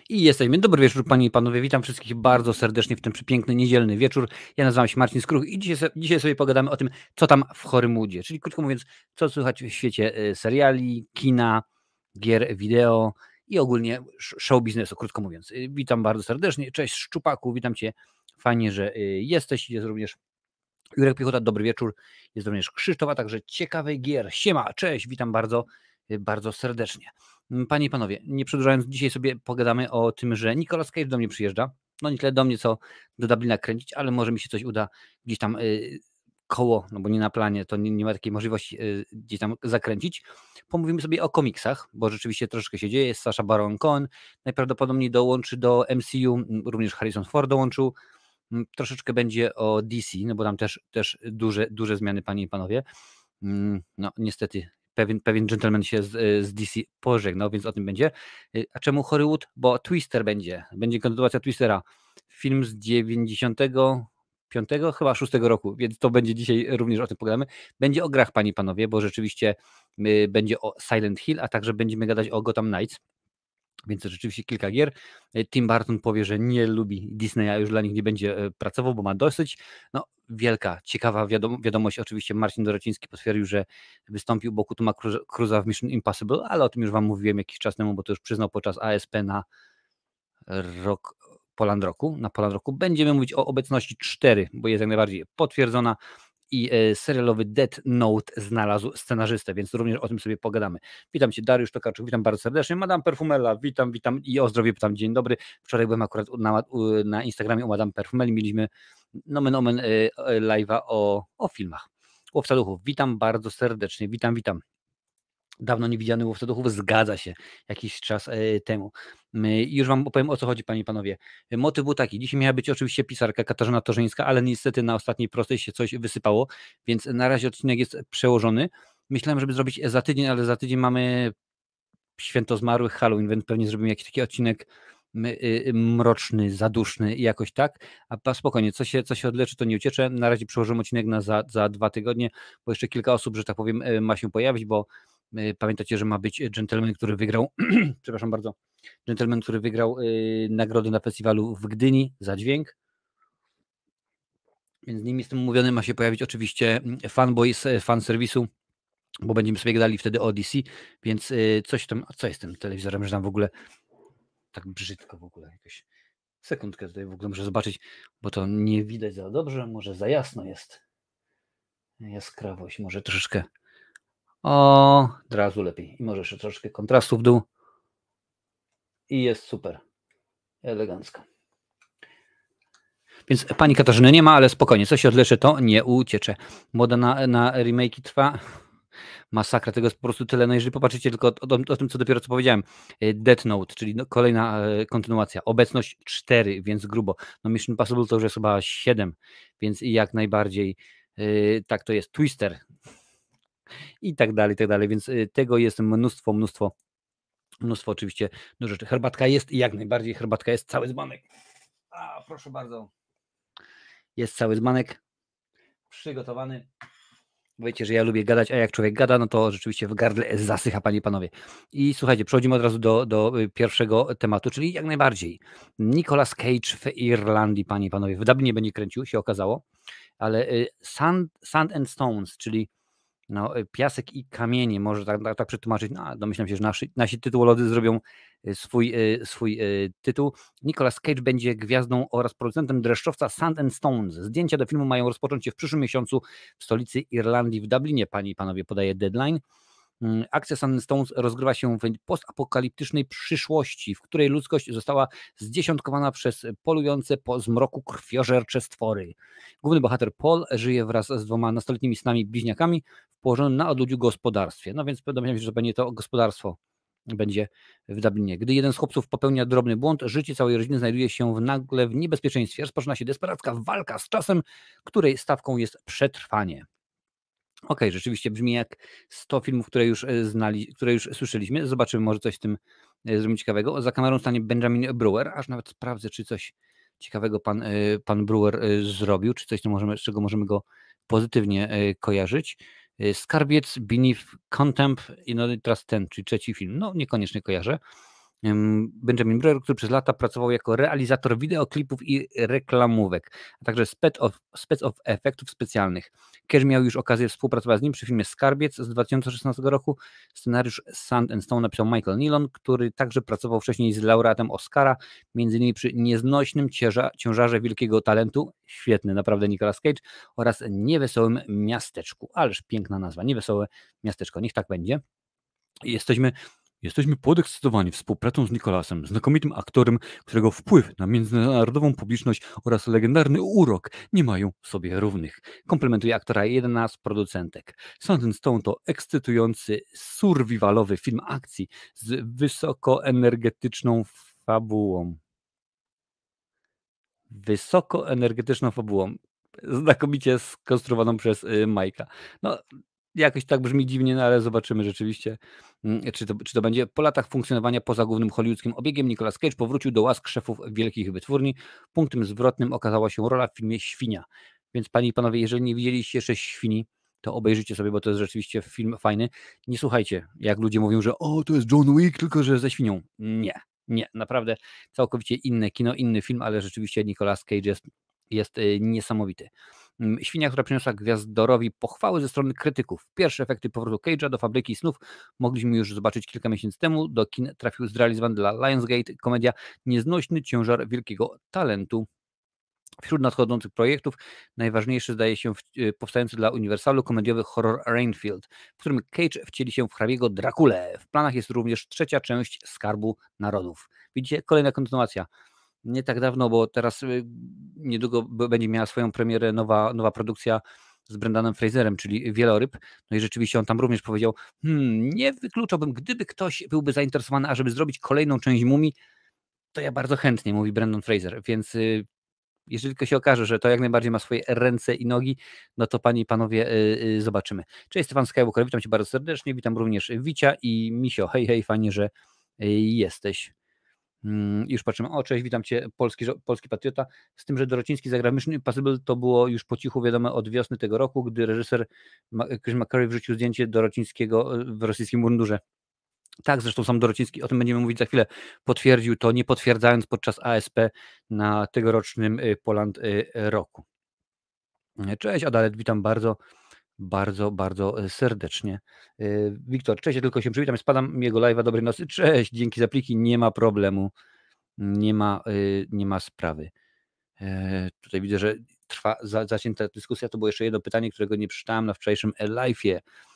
I jesteśmy. Dobry wieczór, panie i panowie. Witam wszystkich bardzo serdecznie w ten przepiękny, niedzielny wieczór. Ja nazywam się Marcin Skruch i dzisiaj sobie pogadamy o tym, co tam w Hollywoodzie. Czyli krótko mówiąc, co słychać w świecie seriali, kina, gier wideo i ogólnie show biznesu, krótko mówiąc. Witam bardzo serdecznie. Cześć Szczupaku, witam cię. Fajnie, że jesteś. Jest również Jurek Piechota, dobry wieczór. Jest również Krzysztof, a także ciekawej gier. Siema, cześć, witam bardzo, bardzo serdecznie. Panie i panowie, nie przedłużając, dzisiaj sobie pogadamy o tym, że Nicolas Cage do mnie przyjeżdża. No nie tyle do mnie, co do Dublina kręcić, ale może mi się coś uda gdzieś tam koło, no bo nie na planie, to nie ma takiej możliwości gdzieś tam zakręcić. Pomówimy sobie o komiksach, bo rzeczywiście troszeczkę się dzieje. Jest Sacha Baron Cohen, najprawdopodobniej dołączy do MCU, również Harrison Ford dołączył. Troszeczkę będzie o DC, no bo tam też duże zmiany, panie i panowie. No niestety pewien gentleman się z DC pożegnał, więc o tym będzie. A czemu Hollywood? Bo Twister będzie kontynuacja Twistera. Film z 95 chyba 6 roku, więc to będzie dzisiaj również o tym pogadamy. Będzie o grach, panie i panowie, bo rzeczywiście będzie o Silent Hill, a także będziemy gadać o Gotham Knights. Więc rzeczywiście kilka gier. Tim Burton powie, że nie lubi Disneya, już dla nich nie będzie pracował, bo ma dosyć. No, wielka, ciekawa wiadomość. Oczywiście Marcin Dorociński potwierdził, że wystąpił u boku Toma Cruza w Mission Impossible, ale o tym już wam mówiłem jakiś czas temu, bo to już przyznał podczas ASP na Poland Roku. Będziemy mówić o obecności 4, bo jest jak najbardziej potwierdzona. I serialowy Death Note znalazł scenarzystę, więc również o tym sobie pogadamy. Witam cię, Dariusz Tokarczuk, witam bardzo serdecznie. Madame Perfumella, witam i o zdrowie pytam, dzień dobry. Wczoraj byłem akurat na Instagramie u Madame Perfumeli, mieliśmy nomen omen live'a o filmach. Łowca Duchów, witam bardzo serdecznie, witam. Dawno niewidziany Łowca Duchów, zgadza się, jakiś czas temu. Już wam opowiem, o co chodzi, panie i panowie. Motyw był taki, dzisiaj miała być oczywiście pisarka Katarzyna Torzyńska, ale niestety na ostatniej prostej się coś wysypało, więc na razie odcinek jest przełożony. Myślałem, żeby zrobić za tydzień, ale za tydzień mamy Święto Zmarłych, Halloween, więc pewnie zrobimy jakiś taki odcinek mroczny, zaduszny i jakoś tak, a spokojnie, co się odleczy, to nie uciecze. Na razie przełożymy odcinek na za 2 tygodnie, bo jeszcze kilka osób, że tak powiem, ma się pojawić, bo pamiętacie, że ma być gentleman, który wygrał, przepraszam bardzo, gentleman, który wygrał nagrodę na festiwalu w Gdyni za dźwięk. Więc z nim jestem umówiony, ma się pojawić oczywiście fanboy z fanserwisu, bo będziemy sobie gadali wtedy o DC, więc coś tam, co jest tym telewizorem, że tam w ogóle tak brzydko w ogóle jakoś. Sekundkę tutaj w ogóle muszę zobaczyć, bo to nie widać za dobrze, może za jasno jest. Jaskrawość, może troszeczkę. O, od razu lepiej. I może jeszcze troszeczkę kontrastu w dół. I jest super. Elegancko. Więc pani Katarzyny nie ma, ale spokojnie, co się odleczy, to nie uciecze. Moda na remake'i trwa. Masakra, tego jest po prostu tyle. No jeżeli popatrzycie tylko o tym, co dopiero co powiedziałem. Death Note, czyli kolejna kontynuacja. Obecność 4, więc grubo. No Mission Impossible to już jest chyba 7, więc jak najbardziej tak to jest. Twister i tak dalej, więc tego jest mnóstwo oczywiście dużo rzeczy. Herbatka jest i jak najbardziej herbatka jest, cały dzbanek. A, proszę bardzo. Jest cały dzbanek przygotowany. Wiecie, że ja lubię gadać, a jak człowiek gada, no to rzeczywiście w gardle zasycha, panie i panowie. I słuchajcie, przechodzimy od razu do pierwszego tematu, czyli jak najbardziej Nicolas Cage w Irlandii, panie i panowie. W Dublinie będzie kręcił, się okazało, ale Sand and Stones, czyli no, piasek i kamienie, może tak przetłumaczyć. No, domyślam się, że nasi tytułolodzy zrobią swój tytuł. Nicolas Cage będzie gwiazdą oraz producentem dreszczowca Sand and Stones. Zdjęcia do filmu mają rozpocząć się w przyszłym miesiącu w stolicy Irlandii, w Dublinie, panie i panowie, podaje Deadline. Akcja Sand and Stones rozgrywa się w postapokaliptycznej przyszłości, w której ludzkość została zdziesiątkowana przez polujące po zmroku krwiożercze stwory. Główny bohater Paul żyje wraz z 2 nastoletnimi synami bliźniakami w położonym na odludziu gospodarstwie. No więc domyślam się, że będzie to gospodarstwo będzie w Dublinie. Gdy jeden z chłopców popełnia drobny błąd, życie całej rodziny znajduje się nagle w niebezpieczeństwie. Rozpoczyna się desperacka walka z czasem, której stawką jest przetrwanie. Okej, rzeczywiście brzmi jak 100 filmów, które już słyszeliśmy. Zobaczymy, może coś z tym zrobimy ciekawego. Za kamerą stanie Benjamin Brewer, aż nawet sprawdzę, czy coś ciekawego pan Brewer zrobił, czy coś, z czego możemy go pozytywnie kojarzyć. Skarbiec, Beneath Contempt i no teraz ten, czyli trzeci film. No niekoniecznie kojarzę. Benjamin Brewer, który przez lata pracował jako realizator wideoklipów i reklamówek, a także spec of efektów specjalnych. Cage miał już okazję współpracować z nim przy filmie Skarbiec z 2016 roku. Scenariusz Sand and Stone napisał Michael Nealon, który także pracował wcześniej z laureatem Oscara, m.in. przy Nieznośnym ciężarze wielkiego talentu, świetny naprawdę Nicolas Cage, oraz Niewesołym miasteczku. Ależ piękna nazwa, Niewesołe miasteczko, niech tak będzie. Jesteśmy podekscytowani współpracą z Nicolasem, znakomitym aktorem, którego wpływ na międzynarodową publiczność oraz legendarny urok nie mają sobie równych. Komplementuje aktora jedna z producentek. Sand and Stone to ekscytujący, survivalowy film akcji z wysokoenergetyczną fabułą. Wysokoenergetyczną fabułą. Znakomicie skonstruowaną przez Majka. No, jakoś tak brzmi dziwnie, no ale zobaczymy rzeczywiście, czy to będzie. Po latach funkcjonowania poza głównym hollywoodzkim obiegiem Nicolas Cage powrócił do łask szefów wielkich wytwórni. Punktem zwrotnym okazała się rola w filmie Świnia. Więc panie i panowie, jeżeli nie widzieliście jeszcze Świni, to obejrzyjcie sobie, bo to jest rzeczywiście film fajny. Nie słuchajcie, jak ludzie mówią, że o, to jest John Wick, tylko że ze świnią. Nie, naprawdę całkowicie inne kino, inny film, ale rzeczywiście Nicolas Cage jest niesamowity. Świnia, która przyniosła gwiazdorowi pochwały ze strony krytyków. Pierwsze efekty powrotu Cage'a do fabryki snów mogliśmy już zobaczyć kilka miesięcy temu. Do kin trafił zrealizowany dla Lionsgate komedia Nieznośny ciężar wielkiego talentu. Wśród nadchodzących projektów najważniejszy zdaje się powstający dla Uniwersalu komediowy horror Rainfield, w którym Cage wcieli się w hrabiego Drakulę. W planach jest również trzecia część Skarbu Narodów. Widzicie, kolejna kontynuacja. Nie tak dawno, bo teraz niedługo będzie miała swoją premierę nowa produkcja z Brendanem Fraserem, czyli Wieloryb. No i rzeczywiście on tam również powiedział, nie wykluczałbym, gdyby ktoś byłby zainteresowany, ażeby zrobić kolejną część Mumii, to ja bardzo chętnie, mówi Brendan Fraser, więc jeżeli tylko się okaże, że to jak najbardziej ma swoje ręce i nogi, no to panie i panowie zobaczymy. Cześć, Stefan Skywalker, witam cię bardzo serdecznie, witam również Wicia i Misio, hej, fajnie, że jesteś. Już patrzymy, cześć, witam cię, polski patriota, z tym, że Dorociński zagra Mission Impossible, to było już po cichu wiadome od wiosny tego roku, gdy reżyser Chris McCurry wrzucił zdjęcie Dorocińskiego w rosyjskim mundurze. Tak, zresztą sam Dorociński, o tym będziemy mówić za chwilę, potwierdził to, nie potwierdzając podczas ASP na tegorocznym Poland Roku. Cześć, Adalet, witam bardzo serdecznie. Wiktor, cześć, ja tylko się przywitam, spadam jego live'a, dobrej nocy. Cześć, dzięki za pliki, nie ma problemu, nie ma sprawy. Tutaj widzę, że trwa zacięta dyskusja, to było jeszcze jedno pytanie, którego nie przeczytałem na wczorajszym live'ie.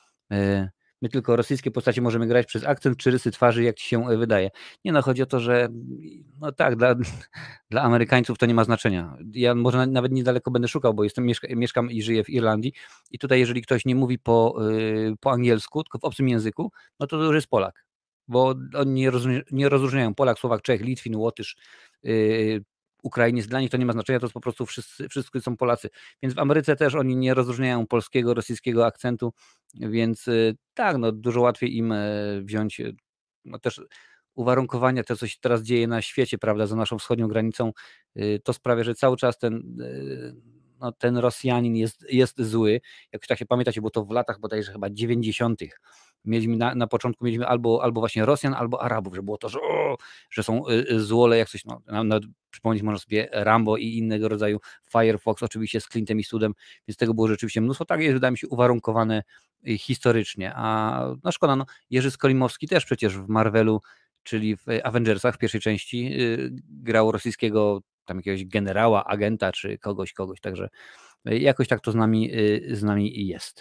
My tylko rosyjskie postacie możemy grać przez akcent czy rysy twarzy, jak ci się wydaje. Nie no, chodzi o to, że no tak, dla Amerykańców to nie ma znaczenia. Ja może nawet niedaleko będę szukał, bo mieszkam i żyję w Irlandii i tutaj jeżeli ktoś nie mówi po angielsku, tylko w obcym języku, no to już jest Polak, bo oni nie rozróżniają Polak, Słowak, Czech, Litwin, Łotysz, Ukrainiec, dla nich to nie ma znaczenia, to jest po prostu wszyscy są Polacy. Więc w Ameryce też oni nie rozróżniają polskiego, rosyjskiego akcentu, więc tak, no dużo łatwiej im wziąć no też uwarunkowania, to co się teraz dzieje na świecie, prawda, za naszą wschodnią granicą, to sprawia, że cały czas ten Rosjanin jest zły. Jak tak się pamiętacie, było to w latach bodajże chyba 90. Mieliśmy na początku mieliśmy albo właśnie Rosjan, albo Arabów, że było to, że są złole, jak coś, przypomnieć można sobie Rambo i innego rodzaju Firefox, oczywiście z Clintem Eastwoodem, więc tego było rzeczywiście mnóstwo. Tak jest, wydaje mi się, uwarunkowane historycznie. A no szkoda, Jerzy Skolimowski też przecież w Marvelu, czyli w Avengersach w pierwszej części grał rosyjskiego tam jakiegoś generała, agenta, czy kogoś, także jakoś tak to z nami jest.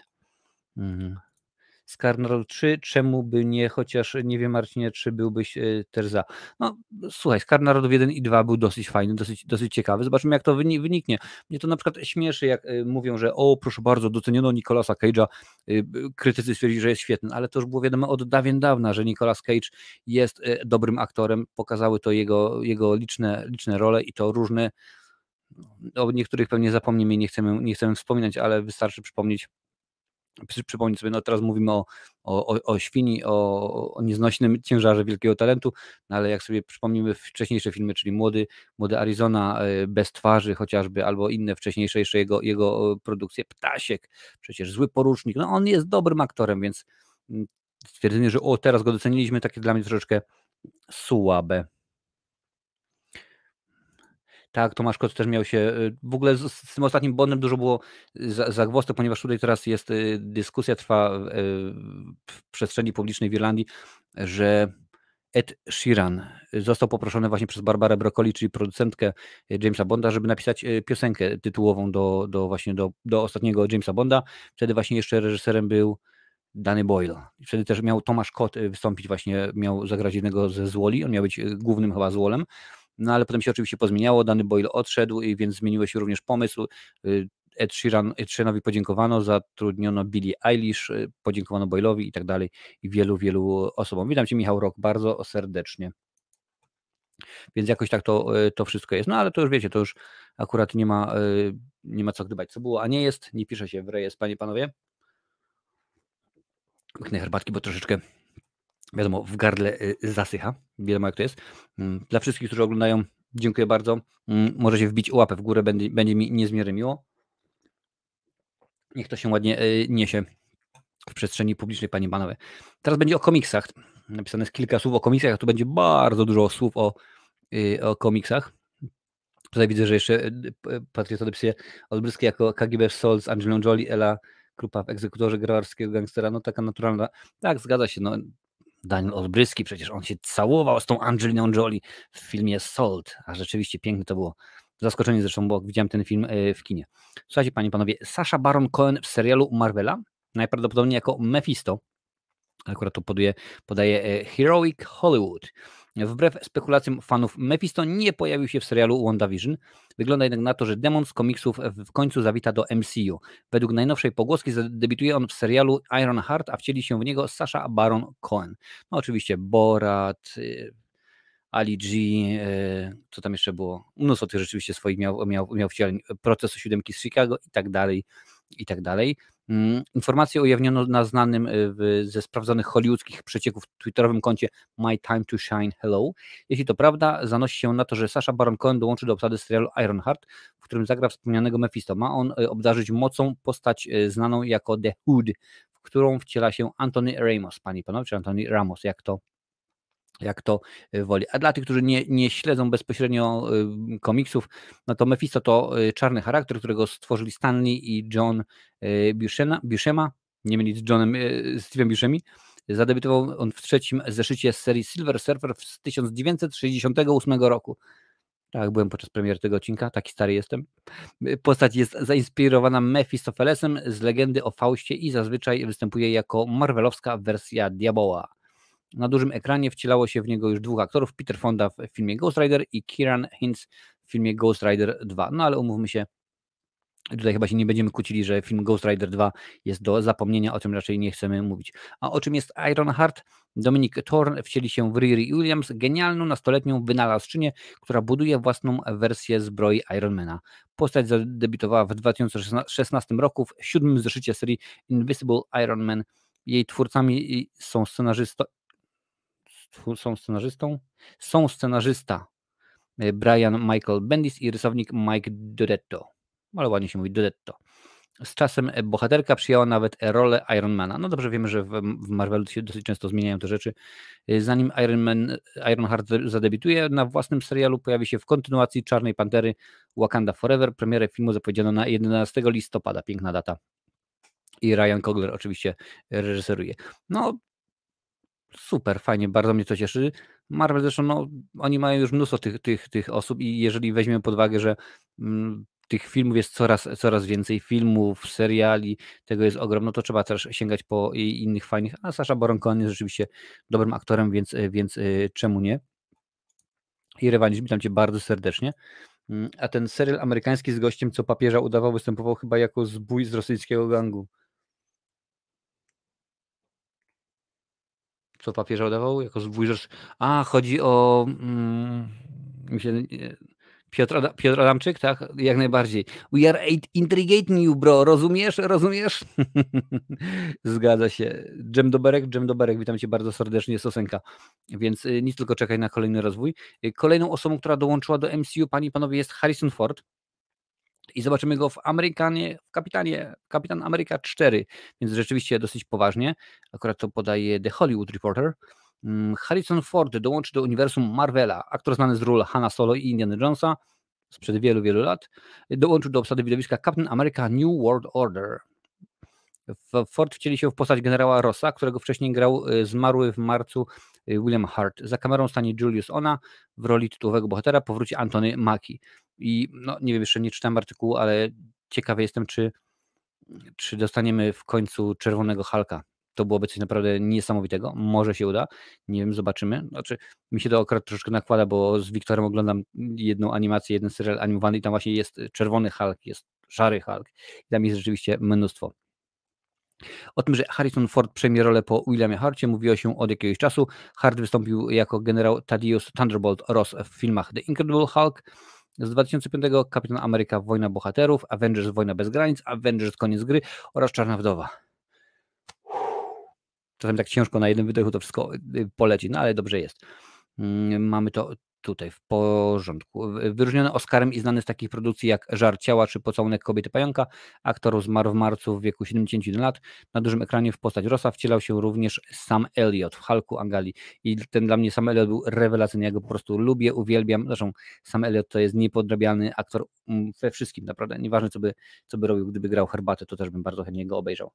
Skarnarol 3, czemu by nie, chociaż nie wiem, Marcinie, czy byłbyś też za. No słuchaj, Skarnarodów 1 i 2 był dosyć fajny, dosyć ciekawy. Zobaczymy, jak to wyniknie. Mnie to na przykład śmieszy, jak mówią, że proszę bardzo, doceniono Nicolasa Cage'a, krytycy stwierdzili, że jest świetny, ale to już było wiadomo od dawna, że Nicolas Cage jest dobrym aktorem. Pokazały to jego liczne role i to różne. O niektórych pewnie zapomnimy i nie chcemy wspominać, ale wystarczy przypomnieć sobie, no teraz mówimy o Świni, o nieznośnym ciężarze wielkiego talentu, no ale jak sobie przypomnimy wcześniejsze filmy, czyli Młody Arizona, Bez twarzy chociażby, albo inne wcześniejsze jeszcze jego produkcje, Ptasiek, przecież Zły porucznik, no on jest dobrym aktorem, więc stwierdzenie, że teraz go doceniliśmy, takie dla mnie troszeczkę Słabe. Tak, Tomasz Kot też miał się w ogóle z tym ostatnim Bondem dużo było zagwozdek, ponieważ tutaj teraz jest dyskusja trwa w przestrzeni publicznej w Irlandii, że Ed Sheeran został poproszony właśnie przez Barbarę Broccoli, czyli producentkę Jamesa Bonda, żeby napisać piosenkę tytułową właśnie do ostatniego Jamesa Bonda. Wtedy właśnie jeszcze reżyserem był Danny Boyle. I wtedy też miał Tomasz Kot wystąpić właśnie, miał zagrać jednego ze złoli, on miał być głównym chyba złolem. No ale potem się oczywiście pozmieniało, Danny Boyle odszedł i więc zmienił się również pomysł. Ed Sheeranowi podziękowano, zatrudniono Billie Eilish, podziękowano Boyle'owi i tak dalej i wielu osobom. Witam Cię, Michał Rok, bardzo serdecznie. Więc jakoś tak to wszystko jest. No ale to już wiecie, to już akurat nie ma co gdybać. Co było, a nie jest, nie pisze się w rejestr, panie, panowie. Pyknę herbatki, bo troszeczkę wiadomo, w gardle zasycha. Wiadomo jak to jest. Dla wszystkich, którzy oglądają, dziękuję bardzo. Możecie wbić łapę w górę, będzie mi niezmiernie miło. Niech to się ładnie niesie w przestrzeni publicznej, panie i panowie. Teraz będzie o komiksach. Napisane jest kilka słów o komiksach, a tu będzie bardzo dużo słów o komiksach. Tutaj widzę, że jeszcze Patriota dopisuje Olbryski jako KGB Soul z Angeliną Jolie, Ela Krupa w egzekutorze grawarskiego gangstera. No taka naturalna. Tak, zgadza się. No, Daniel Olbryski, przecież on się całował z tą Angeliną Jolie w filmie Salt, a rzeczywiście piękne to było. Zaskoczenie zresztą, bo widziałem ten film w kinie. Słuchajcie, panie i panowie, Sacha Baron Cohen w serialu Marvela, najprawdopodobniej jako Mephisto, akurat to podaje Heroic Hollywood. Wbrew spekulacjom fanów, Mephisto nie pojawił się w serialu WandaVision. Wygląda jednak na to, że demon z komiksów w końcu zawita do MCU. Według najnowszej pogłoski zadebiutuje on w serialu Ironheart, a wcieli się w niego Sacha Baron Cohen. No oczywiście Borat, Ali G, co tam jeszcze było? Mnóstwo tych rzeczywiście swoich miał wcieleń. Procesu siódemki z Chicago i tak dalej, i tak dalej. Informacje ujawniono na znanym ze sprawdzonych hollywoodzkich przecieków twitterowym koncie My Time to Shine Hello. Jeśli to prawda, zanosi się na to, że Sacha Baron Cohen dołączy do obsady serialu Ironheart, w którym zagra wspomnianego Mephisto. Ma on obdarzyć mocą postać znaną jako The Hood, w którą wciela się Anthony Ramos, panie i panowie, czy Anthony Ramos, jak to woli. A dla tych, którzy nie śledzą bezpośrednio komiksów, no to Mephisto to czarny charakter, którego stworzyli Stanley i John Buscema, nie mylić z Johnem Steve'em Buscemi. Zadebiutował on w trzecim zeszycie z serii Silver Surfer z 1968 roku. Tak, byłem podczas premiery tego odcinka, taki stary jestem. Postać jest zainspirowana Mephistofelesem z legendy o Faustie i zazwyczaj występuje jako marvelowska wersja Diaboła. Na dużym ekranie wcielało się w niego już dwóch aktorów, Peter Fonda w filmie Ghost Rider i Kieran Hintz w filmie Ghost Rider 2. No ale umówmy się, tutaj chyba się nie będziemy kłócili, że film Ghost Rider 2 jest do zapomnienia, o tym raczej nie chcemy mówić. A o czym jest Ironheart? Dominic Thorne wcieli się w Riri Williams, genialną nastoletnią wynalazczynię, która buduje własną wersję zbroi Ironmana. Postać zadebiutowała w 2016 roku w 7. zeszycie serii Invisible Iron Man. Jej twórcami są scenarzysta Brian Michael Bendis i rysownik Mike Dodetto. Ale ładnie się mówi Dodetto. Z czasem bohaterka przyjęła nawet rolę Ironmana. No dobrze wiemy, że w Marvelu się dosyć często zmieniają te rzeczy. Zanim Ironheart zadebiutuje, na własnym serialu pojawi się w kontynuacji Czarnej Pantery Wakanda Forever. Premierę filmu zapowiedziano na 11 listopada. Piękna data. I Ryan Coogler oczywiście reżyseruje. No super, fajnie, bardzo mnie to cieszy. Marvel zresztą, no, oni mają już mnóstwo tych osób i jeżeli weźmiemy pod uwagę, że tych filmów jest coraz więcej, filmów, seriali, tego jest ogromno, to trzeba też sięgać po innych fajnych, a Sacha Baron Cohen jest rzeczywiście dobrym aktorem, więc czemu nie? I Rewanż, witam Cię bardzo serdecznie. A ten serial amerykański z gościem, co papieża udawał, występował chyba jako zbój z rosyjskiego gangu. Co papieża udawał? Jako zbójrz. A, chodzi o Piotr Adamczyk, tak? Jak najbardziej. We are intrigating you, bro. Rozumiesz? Rozumiesz? Zgadza się. Dżem Doberek, witam Cię bardzo serdecznie, Sosenka. Więc nic, tylko czekaj na kolejny rozwój. Kolejną osobą, która dołączyła do MCU, panie i panowie, jest Harrison Ford. I zobaczymy go w Kapitan Ameryka 4, więc rzeczywiście dosyć poważnie. Akurat to podaje The Hollywood Reporter. Harrison Ford dołączy do uniwersum Marvela. Aktor znany z ról Hanna Solo i Indiana Jonesa sprzed wielu, wielu lat dołączył do obsady widowiska Captain America New World Order. Ford wcieli się w postać generała Rossa, którego wcześniej grał zmarły w marcu William Hurt. Za kamerą stanie Julius Ona, w roli tytułowego bohatera powróci Anthony Mackie. I no, nie wiem, jeszcze nie czytałem artykułu, ale ciekawy jestem, czy dostaniemy w końcu Czerwonego Hulka. To byłoby coś naprawdę niesamowitego. Może się uda. Nie wiem, zobaczymy. Znaczy, mi się to akurat troszeczkę nakłada, bo z Wiktorem oglądam jedną animację, jeden serial animowany i tam właśnie jest Czerwony Hulk, jest Szary Hulk. I tam jest rzeczywiście mnóstwo. O tym, że Harrison Ford przejmie rolę po Williamie Hurcie, mówiło się od jakiegoś czasu. Hurt wystąpił jako generał Thaddeus Thunderbolt Ross w filmach The Incredible Hulk z 2005, Kapitan Ameryka Wojna Bohaterów, Avengers Wojna bez granic, Avengers Koniec gry oraz Czarna Wdowa. Czasem tak ciężko na jednym wydechu to wszystko poleci, no ale dobrze jest. Mamy to tutaj w porządku. Wyróżniony Oscarem i znany z takich produkcji jak Żar ciała czy Pocałunek kobiety pająka, aktor zmarł w marcu w wieku 71 lat. Na dużym ekranie w postać Rossa wcielał się również Sam Elliott w Hulku Angali. I ten dla mnie Sam Elliott był rewelacyjny, ja go po prostu lubię, uwielbiam. Zresztą Sam Elliott to jest niepodrabialny aktor we wszystkim, naprawdę. Nieważne co by robił, gdyby grał herbatę, to też bym bardzo chętnie go obejrzał.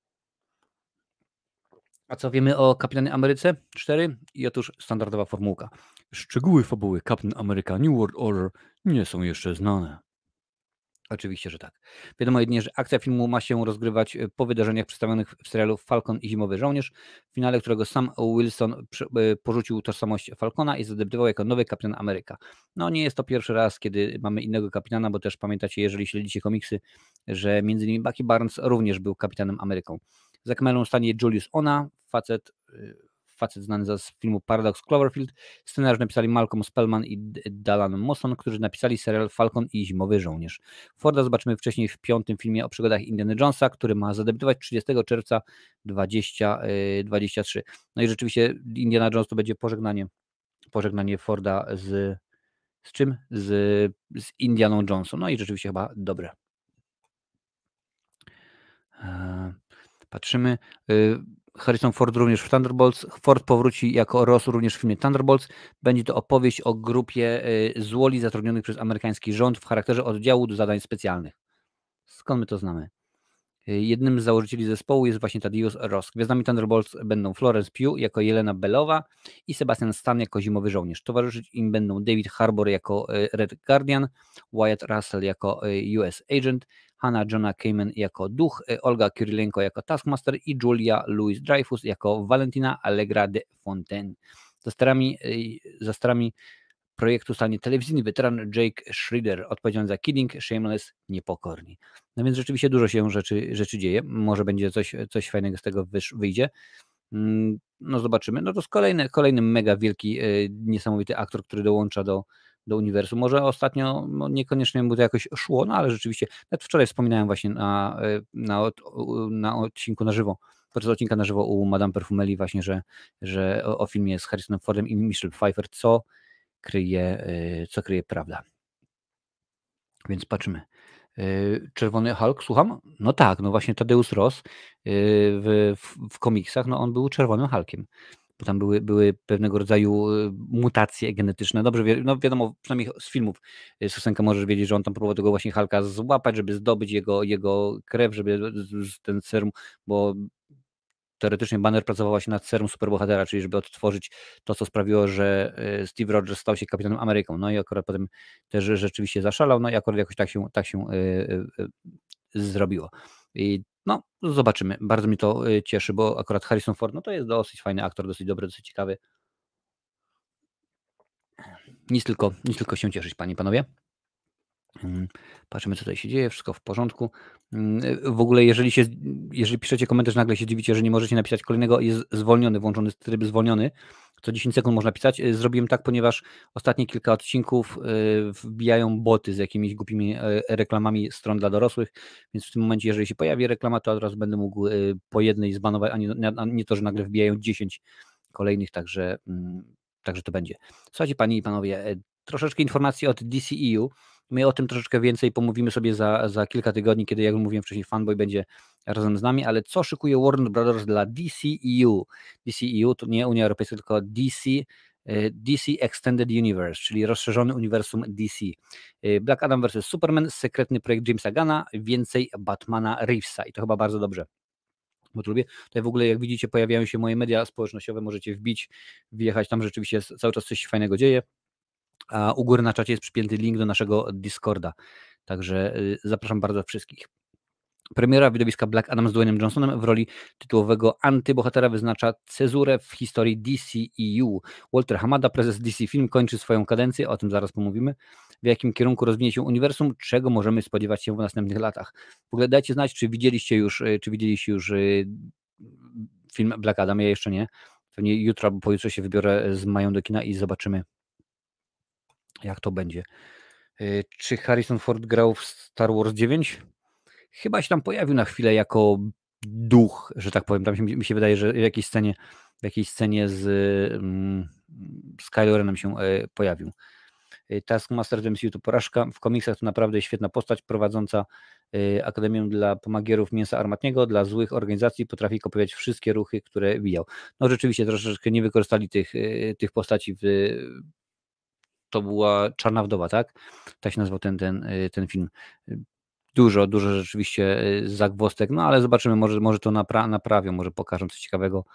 A co wiemy o Kapitanie Ameryce 4? I otóż standardowa formułka. Szczegóły fabuły Captain America New World Order nie są jeszcze znane. Oczywiście, że tak. Wiadomo jedynie, że akcja filmu ma się rozgrywać po wydarzeniach przedstawionych w serialu Falcon i Zimowy Żołnierz, w finale którego Sam Wilson porzucił tożsamość Falcona i zadebiutował jako nowy Kapitan Ameryka. No nie jest to pierwszy raz, kiedy mamy innego kapitana, bo też pamiętacie, jeżeli śledzicie komiksy, że m.in. Bucky Barnes również był Kapitanem Ameryką. Za kamerą stanie Julius Ona, facet znany z filmu Paradox Cloverfield. Scenariusz napisali Malcolm Spellman i Dallan Mawson, którzy napisali serial Falcon i Zimowy Żołnierz. Forda zobaczymy wcześniej w 5. filmie o przygodach Indiana Jonesa, który ma zadebiutować 30 czerwca 2023. No i rzeczywiście Indiana Jones to będzie pożegnanie Forda z czym? Z Indianą Jonesą. No i rzeczywiście chyba dobre. Patrzymy. Harrison Ford również w Thunderbolts. Ford powróci jako Ross również w filmie Thunderbolts. Będzie to opowieść o grupie złoli zatrudnionych przez amerykański rząd w charakterze oddziału do zadań specjalnych. Skąd my to znamy? Jednym z założycieli zespołu jest właśnie Thaddeus Ross. Gwiazdami Thunderbolts będą Florence Pugh jako Jelena Belowa i Sebastian Stan jako Zimowy Żołnierz. Towarzyszyć im będą David Harbour jako Red Guardian, Wyatt Russell jako US Agent, Hannah Jonah Kamen jako Duch, Olga Kurylenko jako Taskmaster i Julia Louis-Dreyfus jako Valentina Allegra de Fontaine. Za starami projektu stanie telewizyjny weteran Jake Schroeder, odpowiedzialny za Kidding, Shameless, Niepokorni. No więc rzeczywiście dużo się rzeczy dzieje. Może będzie coś fajnego z tego wyjdzie. No zobaczymy. No to jest kolejny mega wielki, niesamowity aktor, który dołącza do uniwersum. Może ostatnio niekoniecznie mu to jakoś szło, no ale rzeczywiście, nawet wczoraj wspominałem właśnie na odcinku na żywo, podczas odcinka na żywo u Madame Perfumeli właśnie, że o filmie z Harrisonem Fordem i Michelle Pfeiffer, co kryje prawda. Więc patrzymy. Czerwony Hulk, słucham? No tak, no właśnie Thaddeus Ross w komiksach, no on był Czerwonym Hulkiem, bo tam były pewnego rodzaju mutacje genetyczne. Dobrze, no wiadomo, przynajmniej z filmów Susenka możesz wiedzieć, że on tam próbował tego właśnie Hulka złapać, żeby zdobyć jego krew, żeby ten serum, bo teoretycznie Banner pracował właśnie nad serum superbohatera, czyli żeby odtworzyć to, co sprawiło, że Steve Rogers stał się Kapitanem Ameryką. No i akurat potem też rzeczywiście zaszalał, no i akurat jakoś tak się zrobiło. I no, zobaczymy. Bardzo mi to cieszy, bo akurat Harrison Ford, no to jest dosyć fajny aktor, dosyć dobry, dosyć ciekawy. Nic tylko się cieszyć, panie i panowie. Patrzymy, co tutaj się dzieje, wszystko w porządku. W ogóle, jeżeli piszecie komentarz, nagle się dziwicie, że nie możecie napisać kolejnego, jest zwolniony, włączony tryb zwolniony, co 10 sekund można pisać. Zrobiłem tak, ponieważ ostatnie kilka odcinków wbijają boty z jakimiś głupimi reklamami stron dla dorosłych, więc w tym momencie, jeżeli się pojawi reklama, to od razu będę mógł po jednej zbanować, a nie to, że nagle wbijają 10 kolejnych, także to będzie. Słuchajcie, panie i panowie, troszeczkę informacji od DCEU. My o tym troszeczkę więcej pomówimy sobie za kilka tygodni, kiedy, jak mówiłem wcześniej, Fanboy będzie razem z nami, ale co szykuje Warner Brothers dla DCEU? DCEU to nie Unia Europejska, tylko DC Extended Universe, czyli rozszerzony uniwersum DC. Black Adam vs. Superman, sekretny projekt Jamesa Gunna, więcej Batmana Reevesa i to chyba bardzo dobrze, bo to lubię. Tutaj w ogóle, jak widzicie, pojawiają się moje media społecznościowe, możecie wbić, wjechać, tam rzeczywiście cały czas coś się fajnego dzieje, a u góry na czacie jest przypięty link do naszego Discorda, także zapraszam bardzo wszystkich. Premiera widowiska Black Adam z Dwaynem Johnsonem w roli tytułowego antybohatera wyznacza cezurę w historii DCEU. Walter Hamada, prezes DC Film, kończy swoją kadencję, o tym zaraz pomówimy. W jakim kierunku rozwinie się uniwersum, czego możemy spodziewać się w następnych latach. W ogóle dajcie znać, czy widzieliście już film Black Adam, ja jeszcze nie. Pewnie jutro albo pojutrze się wybiorę z Mają do kina i zobaczymy, jak to będzie. Czy Harrison Ford grał w Star Wars 9? Chyba się tam pojawił na chwilę jako duch, że tak powiem. Tam mi się wydaje, że w jakiejś scenie z Kylo Renem się pojawił. Taskmaster w MCU to porażka. W komiksach to naprawdę świetna postać prowadząca Akademię dla pomagierów mięsa armatniego, dla złych organizacji potrafi kopiować wszystkie ruchy, które wijał. No rzeczywiście troszeczkę nie wykorzystali tych postaci to była Czarna Wdowa, tak? Tak się nazywał ten film. Dużo rzeczywiście zagwozdek, no ale zobaczymy, może to naprawią, może pokażą coś ciekawego.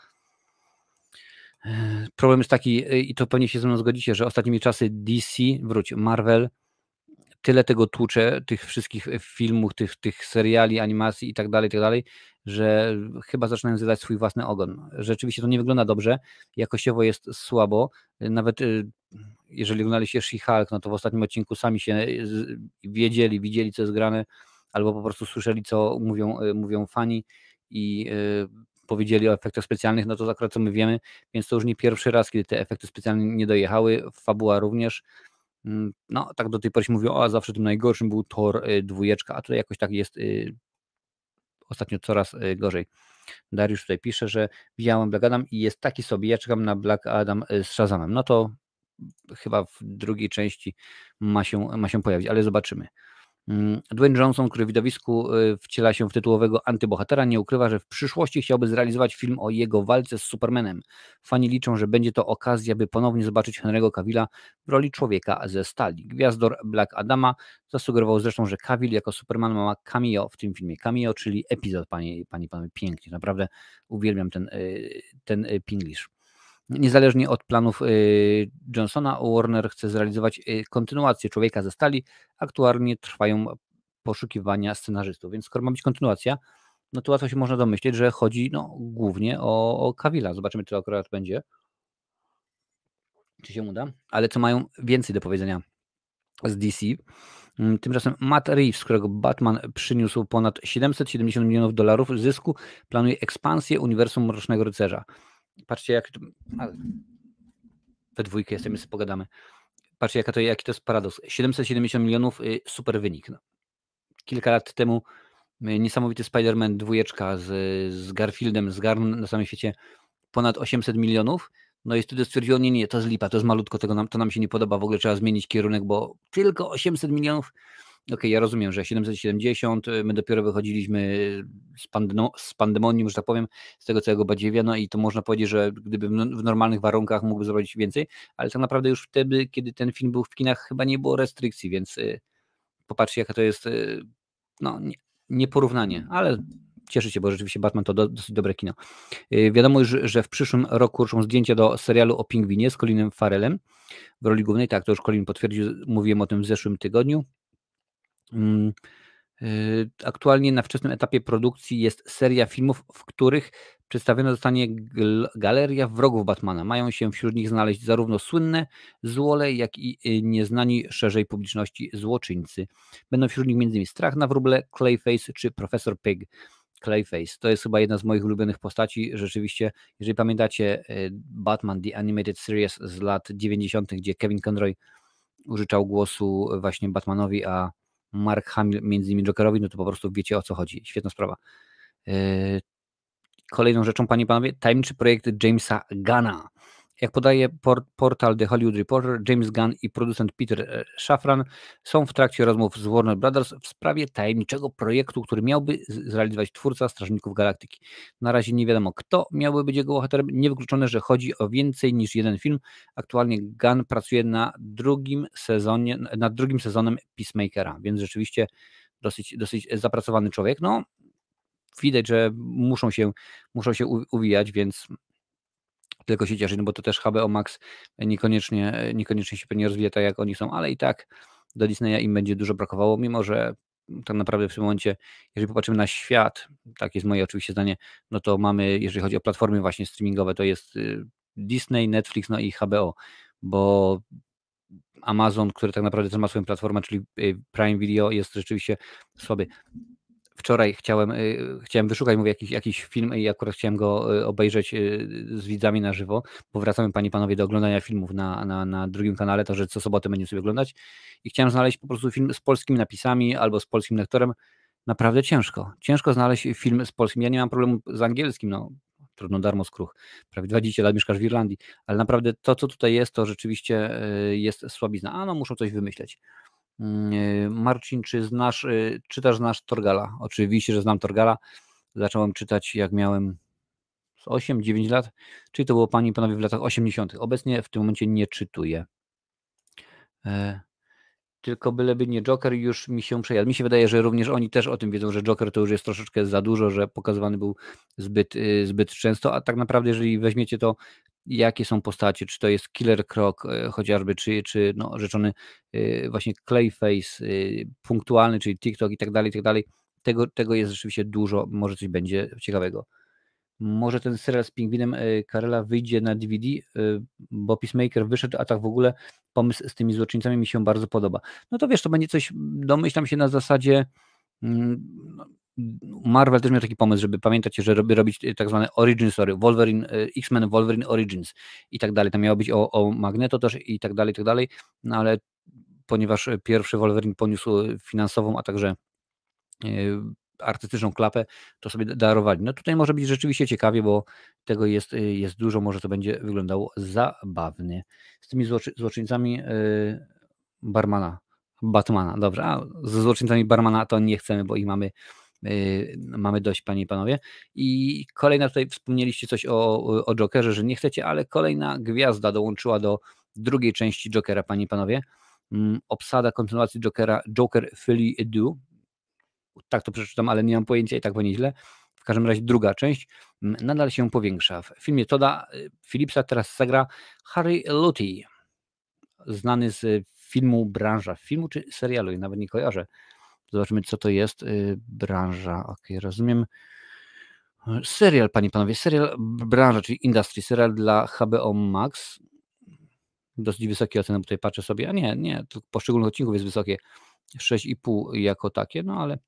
Problem jest taki, i to pewnie się ze mną zgodzicie, że ostatnimi czasy DC, Marvel, tyle tego tłucze, tych wszystkich filmów, tych seriali, animacji i tak dalej, że chyba zaczynają zjadać swój własny ogon. Rzeczywiście to nie wygląda dobrze, jakościowo jest słabo, nawet jeżeli oglądaliście She-Hulk, no to w ostatnim odcinku sami się widzieli co jest grane, albo po prostu słyszeli co mówią fani i powiedzieli o efektach specjalnych, no to akurat co my wiemy, więc to już nie pierwszy raz, kiedy te efekty specjalne nie dojechały, fabuła również. No, tak do tej pory się mówiło, a zawsze tym najgorszym był Thor 2, a tutaj jakoś tak jest ostatnio coraz gorzej. Dariusz tutaj pisze, że widziałem Black Adam i jest taki sobie, ja czekam na Black Adam z Shazamem. No to chyba w drugiej części ma się pojawić, ale zobaczymy. Dwayne Johnson, który w widowisku wciela się w tytułowego antybohatera, nie ukrywa, że w przyszłości chciałby zrealizować film o jego walce z Supermanem. Fani liczą, że będzie to okazja, by ponownie zobaczyć Henry'ego Cavilla w roli człowieka ze stali. Gwiazdor Black Adama zasugerował zresztą, że Cavill jako Superman ma cameo w tym filmie. Cameo, czyli epizod, panie, pięknie. Naprawdę uwielbiam ten Pinglish. Niezależnie od planów Johnsona, Warner chce zrealizować kontynuację Człowieka ze stali. Aktualnie trwają poszukiwania scenarzystów, więc skoro ma być kontynuacja, no to łatwo się można domyśleć, że chodzi głównie o Cavilla. Zobaczymy, czy to akurat będzie. Czy się uda. Ale co mają więcej do powiedzenia z DC. Tymczasem Matt Reeves, którego Batman przyniósł ponad $770 milionów zysku, planuje ekspansję uniwersum Mrocznego Rycerza. Patrzcie, jak to... We dwójkę jestem, sobie pogadamy. Patrzcie, jaki to jest paradoks. 770 milionów, super wynik. No. Kilka lat temu niesamowity Spider-Man 2 z Garfieldem, na samym świecie ponad 800 milionów. No i studio stwierdziło, nie, to jest lipa, to jest malutko, to nam się nie podoba, w ogóle trzeba zmienić kierunek, bo tylko 800 milionów. Okej, ja rozumiem, że 770, my dopiero wychodziliśmy z pandemonium, że tak powiem, z tego całego badziewia, no i to można powiedzieć, że gdyby w normalnych warunkach mógłby zrobić więcej, ale tak naprawdę już wtedy, kiedy ten film był w kinach, chyba nie było restrykcji, więc popatrzcie, jaka to jest nieporównanie, ale cieszę się, bo rzeczywiście Batman to dosyć dobre kino. Wiadomo już, że w przyszłym roku ruszą zdjęcia do serialu o Pingwinie z Colinem Farrellem w roli głównej, tak, to już Colin potwierdził, mówiłem o tym w zeszłym tygodniu. Aktualnie na wczesnym etapie produkcji jest seria filmów, w których przedstawiona zostanie galeria wrogów Batmana. Mają się wśród nich znaleźć zarówno słynne złole, jak i nieznani szerzej publiczności złoczyńcy. Będą wśród nich m.in. Strach na wróble, Clayface czy Professor Pig. Clayface to jest chyba jedna z moich ulubionych postaci. Rzeczywiście, jeżeli pamiętacie Batman The Animated Series z lat 90., gdzie Kevin Conroy użyczał głosu właśnie Batmanowi, a Mark Hamill między innymi Jokerowi, no to po prostu wiecie, o co chodzi. Świetna sprawa. Kolejną rzeczą, panie i panowie, tajemniczy projekt Jamesa Gunna. Jak podaje portal The Hollywood Reporter, James Gunn i producent Peter Safran są w trakcie rozmów z Warner Brothers w sprawie tajemniczego projektu, który miałby zrealizować twórca Strażników Galaktyki. Na razie nie wiadomo, kto miałby być jego bohaterem. Niewykluczone, że chodzi o więcej niż jeden film. Aktualnie Gunn pracuje nad drugim sezonem Peacemakera, więc rzeczywiście dosyć zapracowany człowiek. No, widać, że muszą się uwijać, więc tylko się cieszyć, no bo to też HBO Max niekoniecznie się pewnie rozwija tak, jak oni są, ale i tak do Disneya im będzie dużo brakowało, mimo że tak naprawdę w tym momencie, jeżeli popatrzymy na świat, tak jest moje oczywiście zdanie, no to mamy, jeżeli chodzi o platformy właśnie streamingowe, to jest Disney, Netflix, no i HBO, bo Amazon, który tak naprawdę też ma swoją platformę, czyli Prime Video, jest rzeczywiście słaby. Wczoraj chciałem wyszukać, mówię, jakiś film i akurat chciałem go obejrzeć z widzami na żywo, bo wracamy, panie i panowie, do oglądania filmów na drugim kanale, to że co sobotę będziemy sobie oglądać i chciałem znaleźć po prostu film z polskimi napisami albo z polskim lektorem. Naprawdę ciężko znaleźć film z polskim. Ja nie mam problemu z angielskim, no trudno, darmo skruch. Prawie 20 lat mieszkasz w Irlandii, ale naprawdę to, co tutaj jest, to rzeczywiście jest słabizna. No muszą coś wymyśleć. Marcin, czytasz Torgala? Oczywiście, że znam Torgala. Zacząłem czytać, jak miałem 8-9 lat, czyli to było, panie i panowie, w latach 80. Obecnie w tym momencie nie czytuję. Tylko byleby nie Joker, już mi się przejadł. Mi się wydaje, że również oni też o tym wiedzą, że Joker to już jest troszeczkę za dużo, że pokazywany był zbyt często, a tak naprawdę, jeżeli weźmiecie to, jakie są postacie, czy to jest Killer Croc chociażby, czy no, rzeczony właśnie Clayface, punktualny, czyli TikTok i tak dalej, tego jest rzeczywiście dużo, może coś będzie ciekawego. Może ten serial z Pingwinem Carella wyjdzie na DVD, bo Peacemaker wyszedł, a tak w ogóle pomysł z tymi złoczyńcami mi się bardzo podoba. No to wiesz, to będzie coś, domyślam się, na zasadzie Marvel też miał taki pomysł, żeby pamiętać, że robić tak zwane Origin Story, X-Men Wolverine Origins i tak dalej. Tam miało być o Magneto też i tak dalej, no ale ponieważ pierwszy Wolverine poniósł finansową, a także artystyczną klapę, to sobie darowali. No tutaj może być rzeczywiście ciekawie, bo tego jest dużo, może to będzie wyglądało zabawnie. Z tymi złoczyńcami Batmana, dobrze, a ze złoczyńcami Barmana to nie chcemy, bo ich mamy dość, panie i panowie. I kolejna, tutaj wspomnieliście coś o Jokerze, że nie chcecie, ale kolejna gwiazda dołączyła do drugiej części Jokera, panie i panowie. Obsada kontynuacji Jokera, Joker Philly Do. Tak to przeczytam, ale nie mam pojęcia i tak bo nieźle. W każdym razie druga część nadal się powiększa. W filmie Todda Phillipsa teraz zagra Harry Luty, znany z branża. Filmu czy serialu? Ja nawet nie kojarzę. Zobaczymy, co to jest. Branża, okej, rozumiem. Serial, panie i panowie, serial branża, czyli industry, serial dla HBO Max. Dosyć wysokie oceny, bo tutaj patrzę sobie, a nie, to poszczególnych odcinków jest wysokie. 6,5 jako takie, no ale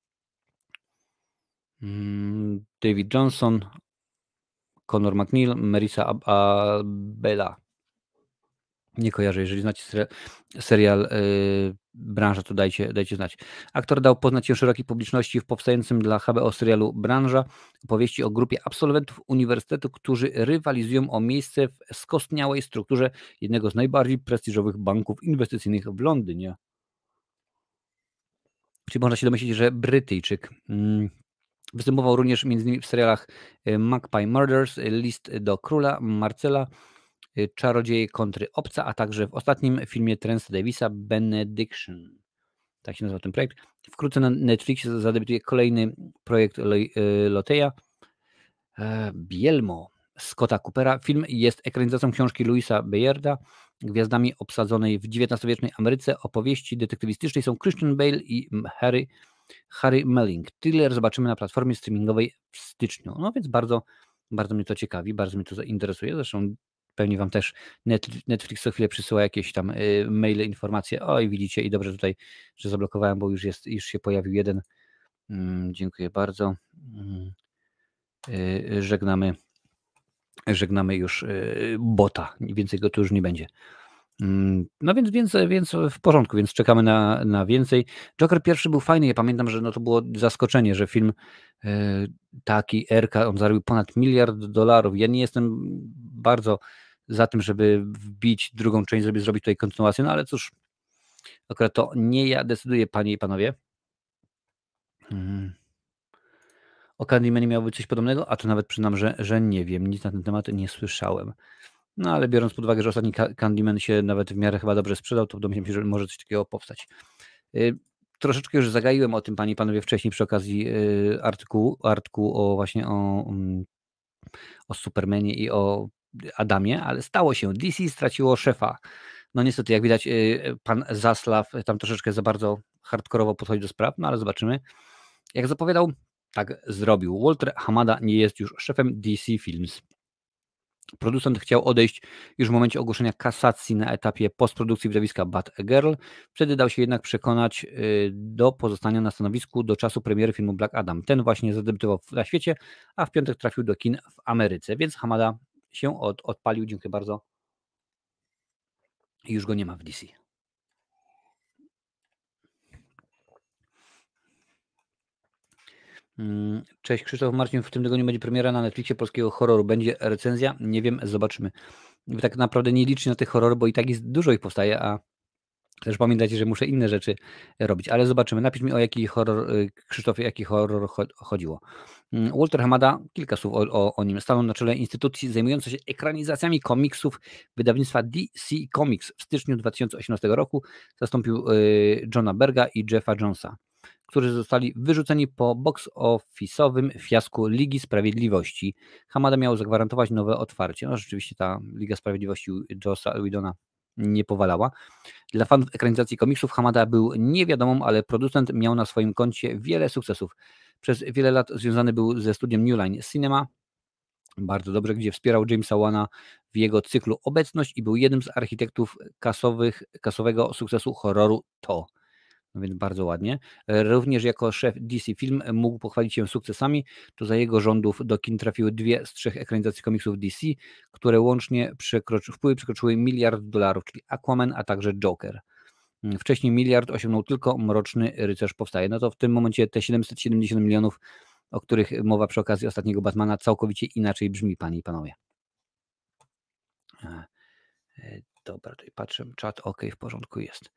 David Johnson, Conor McNeil, Marisa Abela. Nie kojarzę, jeżeli znacie serial Branża, to dajcie znać. Aktor dał poznać się szerokiej publiczności w powstającym dla HBO serialu Branża opowieści o grupie absolwentów uniwersytetu, którzy rywalizują o miejsce w skostniałej strukturze jednego z najbardziej prestiżowych banków inwestycyjnych w Londynie. Czyli można się domyślić, że Brytyjczyk. Występował również m.in. w serialach Magpie Murders, List do Króla, Marcela, Czarodzieje kontry obca, a także w ostatnim filmie Terence Davisa Benediction. Tak się nazywa ten projekt. Wkrótce na Netflixie zadebiutuje kolejny projekt Loteja, Bielmo Scotta Coopera. Film jest ekranizacją książki Louisa Bayarda. Gwiazdami obsadzonej w XIX-wiecznej Ameryce opowieści detektywistycznej są Christian Bale i Harry Melling. Thriller zobaczymy na platformie streamingowej w styczniu. No więc bardzo, bardzo mnie to ciekawi, bardzo mnie to zainteresuje. Zresztą pewnie wam też Netflix co chwilę przysyła jakieś tam maile, informacje. Oj, widzicie, i dobrze tutaj, że zablokowałem, bo już się pojawił jeden. Dziękuję bardzo. Żegnamy już bota. Więcej go tu już nie będzie. No więc w porządku, więc czekamy na więcej. Joker pierwszy był fajny, ja pamiętam, że no to było zaskoczenie, że film taki, on zarobił ponad $1 miliard. Ja nie jestem bardzo za tym, żeby wbić drugą część, żeby zrobić tutaj kontynuację, no ale cóż, akurat to nie ja decyduję, panie i panowie. O Candymanie miało być coś podobnego, a to nawet przyznam, że nie wiem, nic na ten temat nie słyszałem. No ale biorąc pod uwagę, że ostatni Candyman się nawet w miarę chyba dobrze sprzedał, to domyślam się, że może coś takiego powstać. Troszeczkę już zagaiłem o tym, panie i panowie, wcześniej przy okazji artykułu o właśnie o Supermanie i o Adamie, ale stało się. DC straciło szefa. No niestety, jak widać, pan Zaslav tam troszeczkę za bardzo hardkorowo podchodzi do spraw, no ale zobaczymy. Jak zapowiadał, tak zrobił. Walter Hamada nie jest już szefem DC Films. Producent chciał odejść już w momencie ogłoszenia kasacji na etapie postprodukcji widowiska Bad Girl. Wtedy dał się jednak przekonać do pozostania na stanowisku do czasu premiery filmu Black Adam. Ten właśnie zadebiutował na świecie, a w piątek trafił do kin w Ameryce, więc Hamada się odpalił. Dziękuję bardzo. I już go nie ma w DC. Cześć Krzysztof, Marcin, w tym tygodniu będzie premiera na Netflixie polskiego horroru. Będzie recenzja? Nie wiem, zobaczymy. Wy tak naprawdę nie liczcie na tych horrory, bo i tak jest dużo ich powstaje, a też pamiętajcie, że muszę inne rzeczy robić, ale zobaczymy. Napisz mi, o jaki horror, Krzysztofie, jaki horror chodziło. Walter Hamada, kilka słów o nim. Stanął na czele instytucji zajmującej się ekranizacjami komiksów wydawnictwa DC Comics. W styczniu 2018 roku zastąpił Johna Berga i Jeffa Jonesa, którzy zostali wyrzuceni po box-office'owym fiasku Ligi Sprawiedliwości. Hamada miał zagwarantować nowe otwarcie. No rzeczywiście ta Liga Sprawiedliwości Jossa Whedona nie powalała. Dla fanów ekranizacji komiksów Hamada był niewiadomą, ale producent miał na swoim koncie wiele sukcesów. Przez wiele lat związany był ze studiem New Line Cinema, bardzo dobrze, gdzie wspierał Jamesa Wana w jego cyklu Obecność i był jednym z architektów kasowego sukcesu horroru To. No więc bardzo ładnie. Również jako szef DC Film mógł pochwalić się sukcesami. To za jego rządów do kin trafiły 2 z 3 ekranizacji komiksów DC, które łącznie wpływy przekroczyły $1 miliard, czyli Aquaman, a także Joker. Wcześniej 1 miliard osiągnął tylko Mroczny Rycerz Powstaje. No to w tym momencie te 770 milionów, o których mowa przy okazji ostatniego Batmana, całkowicie inaczej brzmi, panie i panowie. Dobra, tutaj patrzę, czat, ok, w porządku jest.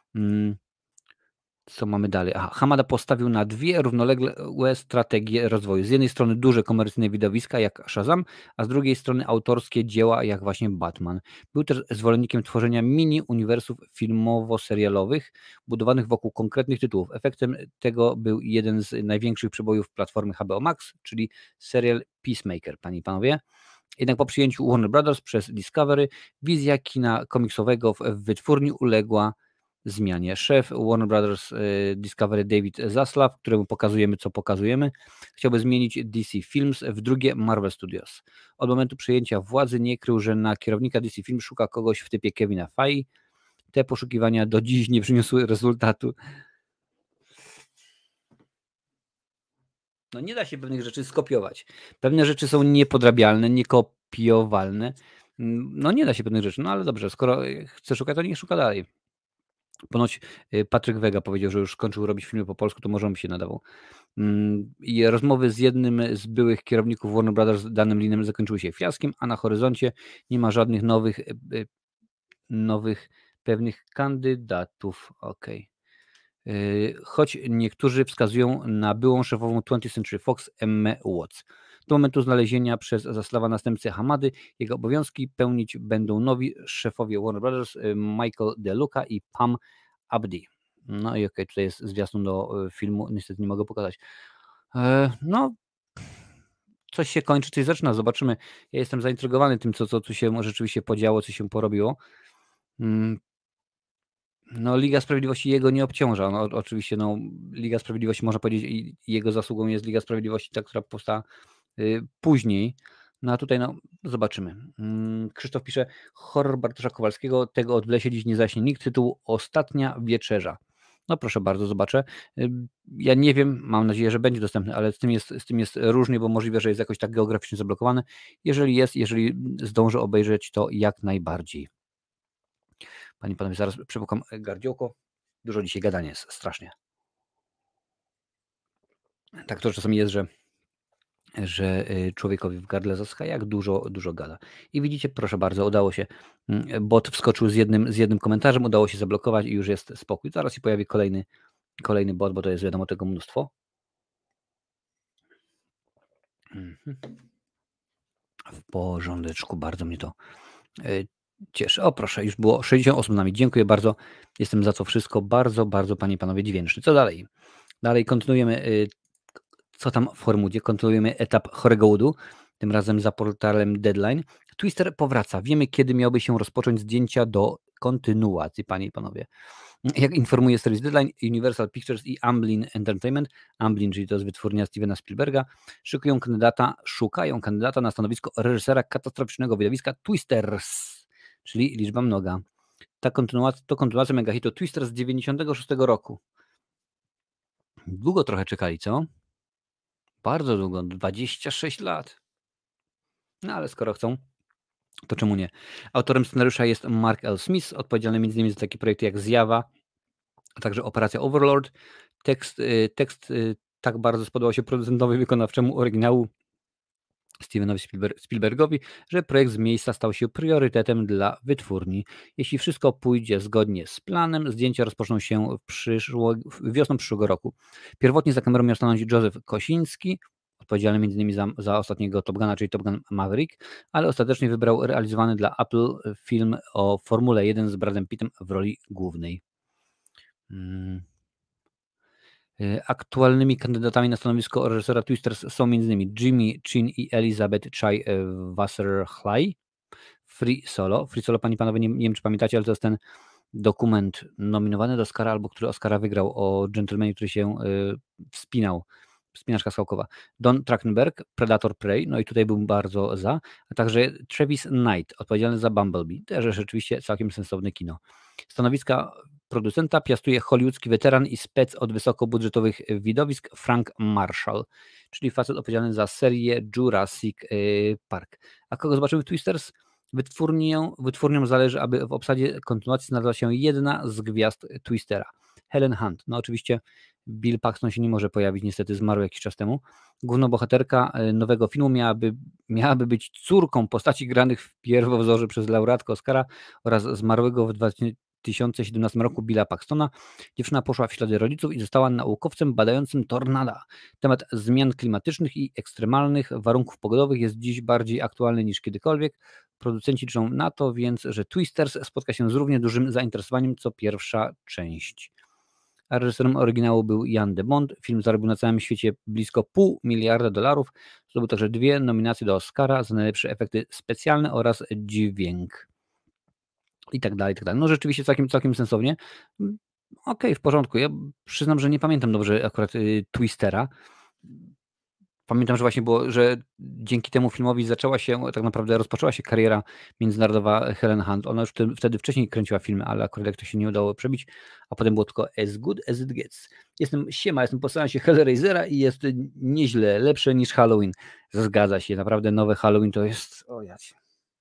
Co mamy dalej? Aha, Hamada postawił na 2 równoległe strategie rozwoju. Z jednej strony duże komercyjne widowiska jak Shazam, a z drugiej strony autorskie dzieła jak właśnie Batman. Był też zwolennikiem tworzenia mini-uniwersów filmowo-serialowych budowanych wokół konkretnych tytułów. Efektem tego był jeden z największych przebojów platformy HBO Max, czyli serial Peacemaker, panie i panowie. Jednak po przyjęciu Warner Brothers przez Discovery wizja kina komiksowego w wytwórni uległa zmianie. Szef Warner Brothers Discovery David Zaslav, któremu pokazujemy, co pokazujemy, chciałby zmienić DC Films w drugie Marvel Studios. Od momentu przejęcia władzy nie krył, że na kierownika DC Films szuka kogoś w typie Kevina Feige. Te poszukiwania do dziś nie przyniosły rezultatu. No nie da się pewnych rzeczy skopiować. Pewne rzeczy są niepodrabialne, niekopiowalne. No nie da się pewnych rzeczy, no ale dobrze, skoro chce szukać, to niech szuka dalej. Ponoć Patryk Wega powiedział, że już skończył robić filmy po polsku, to może on by się nadawał. I rozmowy z jednym z byłych kierowników Warner Brothers danym linem zakończyły się fiaskiem, a na horyzoncie nie ma żadnych nowych pewnych kandydatów. Okej. Choć niektórzy wskazują na byłą szefową 20th Century Fox Emmę Watts. Do momentu znalezienia przez Zaslawa następcy Hamady jego obowiązki pełnić będą nowi szefowie Warner Brothers Michael DeLuca i Pam Abdi. No i okej, tutaj jest zwiastun do filmu, niestety nie mogę pokazać. No, coś się kończy, coś zaczyna, zobaczymy. Ja jestem zaintrygowany tym, co tu się rzeczywiście podziało, co się porobiło. No, Liga Sprawiedliwości jego nie obciąża. No, oczywiście Liga Sprawiedliwości, można powiedzieć, i jego zasługą jest Liga Sprawiedliwości, ta, która powstała później. No a tutaj zobaczymy. Krzysztof pisze, horror Bartosza Kowalskiego, tego od w lesie dziś nie zaśnie nikt, tytuł Ostatnia Wieczerza. No proszę bardzo, zobaczę. Ja nie wiem, mam nadzieję, że będzie dostępny, ale z tym jest różnie, bo możliwe, że jest jakoś tak geograficznie zablokowany. Jeżeli zdążę obejrzeć, to jak najbardziej. Panie i panowie, zaraz przepukam gardziołko. Dużo dzisiaj gadania jest, strasznie. Tak to czasami jest, że że człowiekowi w gardle zaschła, jak dużo gada. I widzicie, proszę bardzo, udało się. Bot wskoczył z jednym komentarzem, udało się zablokować i już jest spokój. Zaraz się pojawi kolejny bot, bo to jest wiadomo tego mnóstwo. W porządeczku, bardzo mnie to cieszy. O proszę, już było 60 osób z nami. Dziękuję bardzo. Jestem za to wszystko bardzo, bardzo panie i panowie wdzięczny. Co dalej? Dalej kontynuujemy, co tam w Hormudzie. Kontynuujemy etap Chorego Łudu, tym razem za portalem Deadline. Twister powraca. Wiemy, kiedy miałby się rozpocząć zdjęcia do kontynuacji, panie i panowie. Jak informuje serwis Deadline, Universal Pictures i Amblin Entertainment, Amblin, czyli to jest wytwórnia Stevena Spielberga, szukają kandydata na stanowisko reżysera katastroficznego widowiska Twisters, czyli liczba mnoga. To kontynuacja megahitu Twisters z 96 roku. Długo trochę czekali, co? Bardzo długo, 26 lat. No ale skoro chcą, to czemu nie? Autorem scenariusza jest Mark L. Smith, odpowiedzialny m.in. za takie projekty jak Zjawa, a także Operacja Overlord. Tekst tak bardzo spodobał się producentowi wykonawczemu oryginału Stevenowi Spielbergowi, że projekt z miejsca stał się priorytetem dla wytwórni. Jeśli wszystko pójdzie zgodnie z planem, zdjęcia rozpoczną się wiosną przyszłego roku. Pierwotnie za kamerą miał stanąć Joseph Kosiński, odpowiedzialny m.in. za ostatniego Top Guna, czyli Top Gun Maverick, ale ostatecznie wybrał realizowany dla Apple film o Formule 1 z Bradem Pittem w roli głównej. Aktualnymi kandydatami na stanowisko reżysera Twisters są m.in. Jimmy Chin i Elizabeth Chai Wasserchlei. Free Solo, panie i panowie, nie wiem czy pamiętacie, ale to jest ten dokument nominowany do Oscara, albo który Oscara wygrał, o dżentelmenie, który się wspinał. Wspinaczka skałkowa. Don Trachtenberg, Predator Prey, no i tutaj był bardzo za, a także Travis Knight, odpowiedzialny za Bumblebee, też rzeczywiście całkiem sensowne kino. Stanowiska producenta piastuje hollywoodzki weteran i spec od wysokobudżetowych widowisk Frank Marshall, czyli facet odpowiedzialny za serię Jurassic Park. A kogo zobaczymy w Twisters? Wytwórniom zależy, aby w obsadzie kontynuacji znalazła się jedna z gwiazd Twistera. Helen Hunt. No oczywiście Bill Paxton się nie może pojawić, niestety zmarł jakiś czas temu. Główna bohaterka nowego filmu miałaby być córką postaci granych w pierwowzorze przez laureatkę Oscara oraz zmarłego w 2017 roku Billa Paxtona. Dziewczyna poszła w ślady rodziców i została naukowcem badającym tornada. Temat zmian klimatycznych i ekstremalnych warunków pogodowych jest dziś bardziej aktualny niż kiedykolwiek. Producenci liczą na to więc, że Twisters spotka się z równie dużym zainteresowaniem co pierwsza część. A reżyserem oryginału był Jan de Bont. Film zarobił na całym świecie blisko $500 miliarda. Zdobył także 2 nominacje do Oscara za najlepsze efekty specjalne oraz dźwięk. I tak dalej, i tak dalej. No rzeczywiście całkiem sensownie. Okej, w porządku. Ja przyznam, że nie pamiętam dobrze akurat Twistera. Pamiętam, że właśnie było, że dzięki temu filmowi tak naprawdę rozpoczęła się kariera międzynarodowa Helen Hunt. Ona już wtedy wcześniej kręciła filmy, ale akurat jak to się nie udało przebić, a potem było tylko As Good As It Gets. Jestem postaram się Hellraisera i jest nieźle, lepsze niż Halloween. Zgadza się, naprawdę nowe Halloween to jest, o jacie.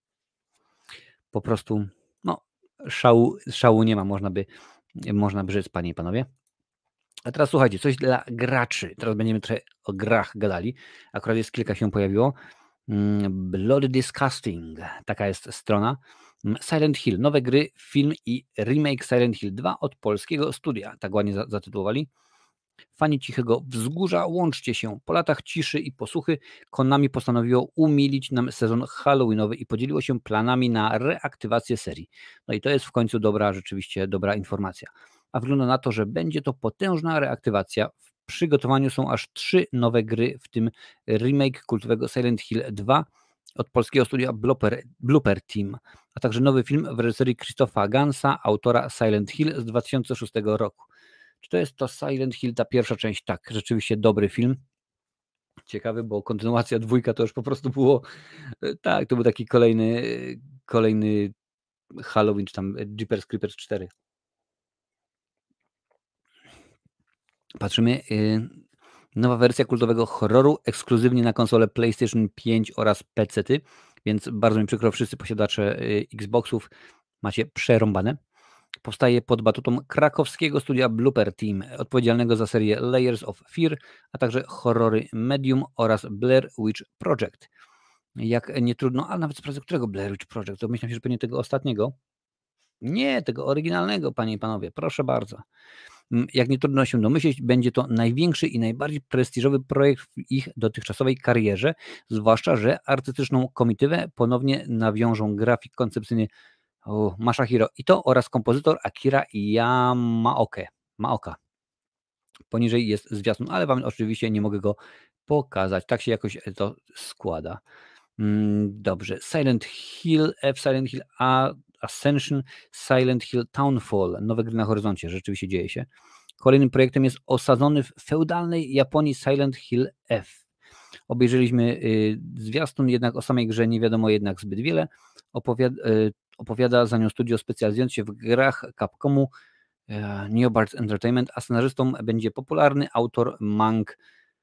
Po prostu, no, szału nie ma, można by rzec, panie i panowie. A teraz słuchajcie, coś dla graczy. Teraz będziemy trochę o grach gadali. Akurat jest kilka się pojawiło. Bloody Disgusting, taka jest strona. Silent Hill, nowe gry, film i remake Silent Hill 2 od polskiego studia. Tak ładnie zatytułowali. Fani Cichego Wzgórza, łączcie się. Po latach ciszy i posłuchy Konami postanowiło umilić nam sezon halloweenowy i podzieliło się planami na reaktywację serii. No i to jest w końcu rzeczywiście dobra informacja. A wygląda na to, że będzie to potężna reaktywacja. W przygotowaniu są aż 3 nowe gry, w tym remake kultowego Silent Hill 2 od polskiego studia Blooper Team, a także nowy film w reżyserii Christopha Gansa, autora Silent Hill z 2006 roku. Czy to jest to Silent Hill, ta pierwsza część? Tak, rzeczywiście dobry film. Ciekawy, bo kontynuacja 2 to już po prostu było, tak, to był taki kolejny Halloween, czy tam Jeepers Creepers 4. Patrzymy, nowa wersja kultowego horroru, ekskluzywnie na konsolę PlayStation 5 oraz PC-ty, więc bardzo mi przykro, wszyscy posiadacze Xboxów macie przerąbane. Powstaje pod batutą krakowskiego studia Blooper Team, odpowiedzialnego za serię Layers of Fear, a także horrory Medium oraz Blair Witch Project. Jak nie trudno, ale nawet sprawdzę, którego Blair Witch Project, to myślę, że pewnie tego ostatniego. Nie, tego oryginalnego, panie i panowie, proszę bardzo. Jak nie trudno się domyśleć, będzie to największy i najbardziej prestiżowy projekt w ich dotychczasowej karierze, zwłaszcza że artystyczną komitywę ponownie nawiążą grafik koncepcyjny Masahiro Ito oraz kompozytor Akira Maoka. Poniżej jest zwiastun, ale wam oczywiście nie mogę go pokazać. Tak się jakoś to składa. Dobrze. Silent Hill F, Silent Hill A, Ascension, Silent Hill Townfall. Nowe gry na horyzoncie. Rzeczywiście dzieje się. Kolejnym projektem jest osadzony w feudalnej Japonii Silent Hill F. Obejrzeliśmy zwiastun, jednak o samej grze nie wiadomo jednak zbyt wiele. Opowiada za nią studio specjalizujące się w grach Capcomu Neobards Entertainment, a scenarzystą będzie popularny autor mang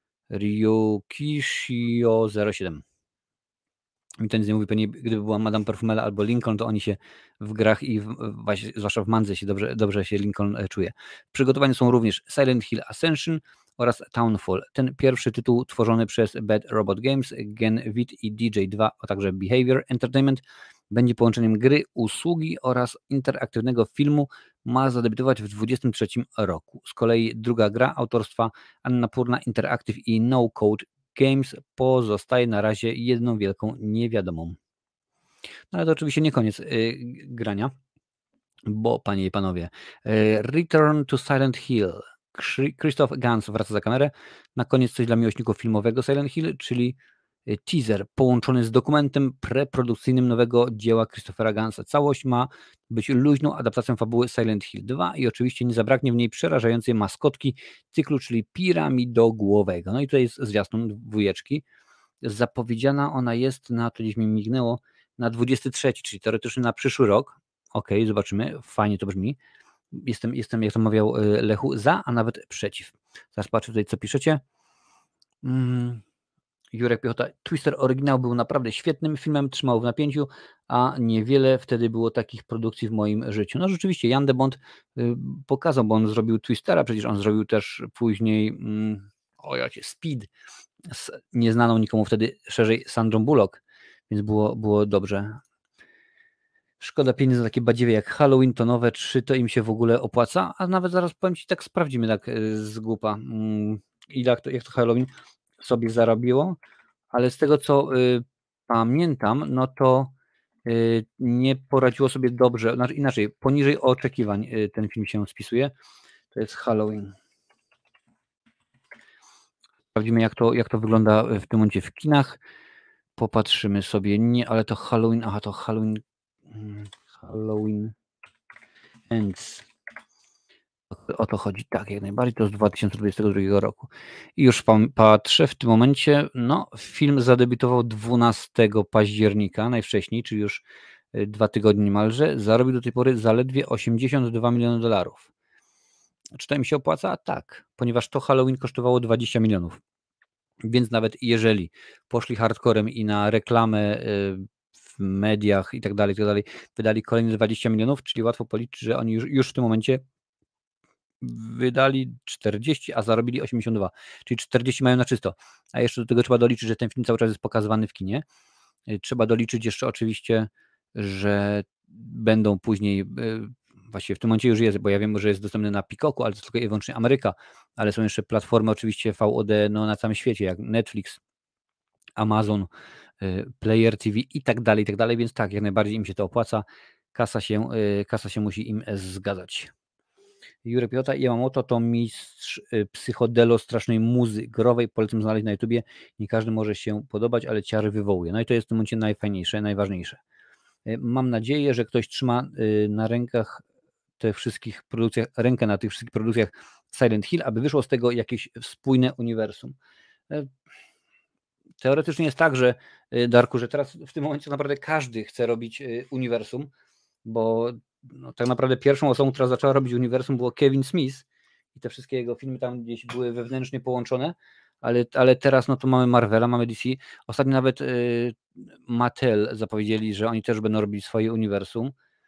Ryukishio 07. Mi to nic nie mówi, pewnie gdyby była Madame Perfumela albo Lincoln, to oni się w grach i zwłaszcza w mandze się dobrze się Lincoln czuje. W przygotowaniu są również Silent Hill Ascension oraz Townfall. Ten pierwszy tytuł tworzony przez Bad Robot Games, Gen Vid i DJ2, a także Behavior Entertainment będzie połączeniem gry, usługi oraz interaktywnego filmu. Ma zadebiutować w 2023 roku. Z kolei druga gra autorstwa Annapurna Interactive i No Code Games pozostaje na razie jedną wielką niewiadomą. No ale to oczywiście nie koniec grania, bo panie i panowie, Return to Silent Hill. Christoph Gans wraca za kamerę. Na koniec coś dla miłośników filmowego Silent Hill, czyli teaser połączony z dokumentem preprodukcyjnym nowego dzieła Christophera Gansa. Całość ma być luźną adaptacją fabuły Silent Hill 2 i oczywiście nie zabraknie w niej przerażającej maskotki cyklu, czyli piramidogłowego. No i tutaj jest zwiastun dwójeczki. Zapowiedziana ona jest na, to gdzieś mi mignęło, na 23, czyli teoretycznie na przyszły rok. Okej, zobaczymy, fajnie to brzmi. Jestem, jak to mawiał Lechu, za, a nawet przeciw. Zaraz patrzę tutaj, co piszecie. Jurek Piechota, Twister oryginał był naprawdę świetnym filmem, trzymał w napięciu, a niewiele wtedy było takich produkcji w moim życiu. No rzeczywiście, Jan de Bont pokazał, bo on zrobił Twistera, przecież on zrobił też później Speed z nieznaną nikomu wtedy szerzej Sandrą Bullock, więc było dobrze. Szkoda pieniędzy na takie badziewie jak Halloween, to nowe, czy to im się w ogóle opłaca? A nawet zaraz powiem ci, tak sprawdzimy tak z głupa, jak to Halloween sobie zarobiło, ale z tego co pamiętam, no to nie poradziło sobie dobrze, znaczy inaczej, poniżej oczekiwań ten film się spisuje. To jest Halloween. Sprawdzimy jak to wygląda w tym momencie w kinach. Popatrzymy sobie, nie, ale to Halloween, to Halloween Ends. O to chodzi, tak, jak najbardziej, to z 2022 roku. I już patrzę w tym momencie, no film zadebiutował 12 października najwcześniej, czyli już 2 tygodnie niemalże, zarobił do tej pory zaledwie $82 miliony. Czy to im się opłaca? Tak, ponieważ to Halloween kosztowało 20 milionów. Więc nawet jeżeli poszli hardcorem i na reklamę w mediach i tak dalej, wydali kolejne 20 milionów, czyli łatwo policzyć, że oni już w tym momencie wydali 40, a zarobili 82, czyli 40 mają na czysto. A jeszcze do tego trzeba doliczyć, że ten film cały czas jest pokazywany w kinie. Trzeba doliczyć jeszcze oczywiście, że będą później, właściwie w tym momencie już jest, bo ja wiem, że jest dostępny na Peacocku, ale to tylko i wyłącznie Ameryka, ale są jeszcze platformy oczywiście VOD na całym świecie, jak Netflix, Amazon, Player TV i tak dalej, więc tak, jak najbardziej im się to opłaca. Kasa się musi im zgadzać. Jurek Piechota i Yamamoto to mistrz psychodelo strasznej muzy growej, polecam znaleźć na YouTubie. Nie każdy może się podobać, ale ciary wywołuje. No i to jest w tym momencie najfajniejsze, najważniejsze. Mam nadzieję, że ktoś trzyma na rękach rękę na tych wszystkich produkcjach Silent Hill, aby wyszło z tego jakieś spójne uniwersum. Teoretycznie jest tak, że Darku, że teraz w tym momencie naprawdę każdy chce robić uniwersum, bo no, tak naprawdę pierwszą osobą, która zaczęła robić uniwersum, było Kevin Smith i te wszystkie jego filmy tam gdzieś były wewnętrznie połączone, ale teraz no to mamy Marvela, mamy DC. Ostatnio nawet Mattel zapowiedzieli, że oni też będą robili swoje uniwersum.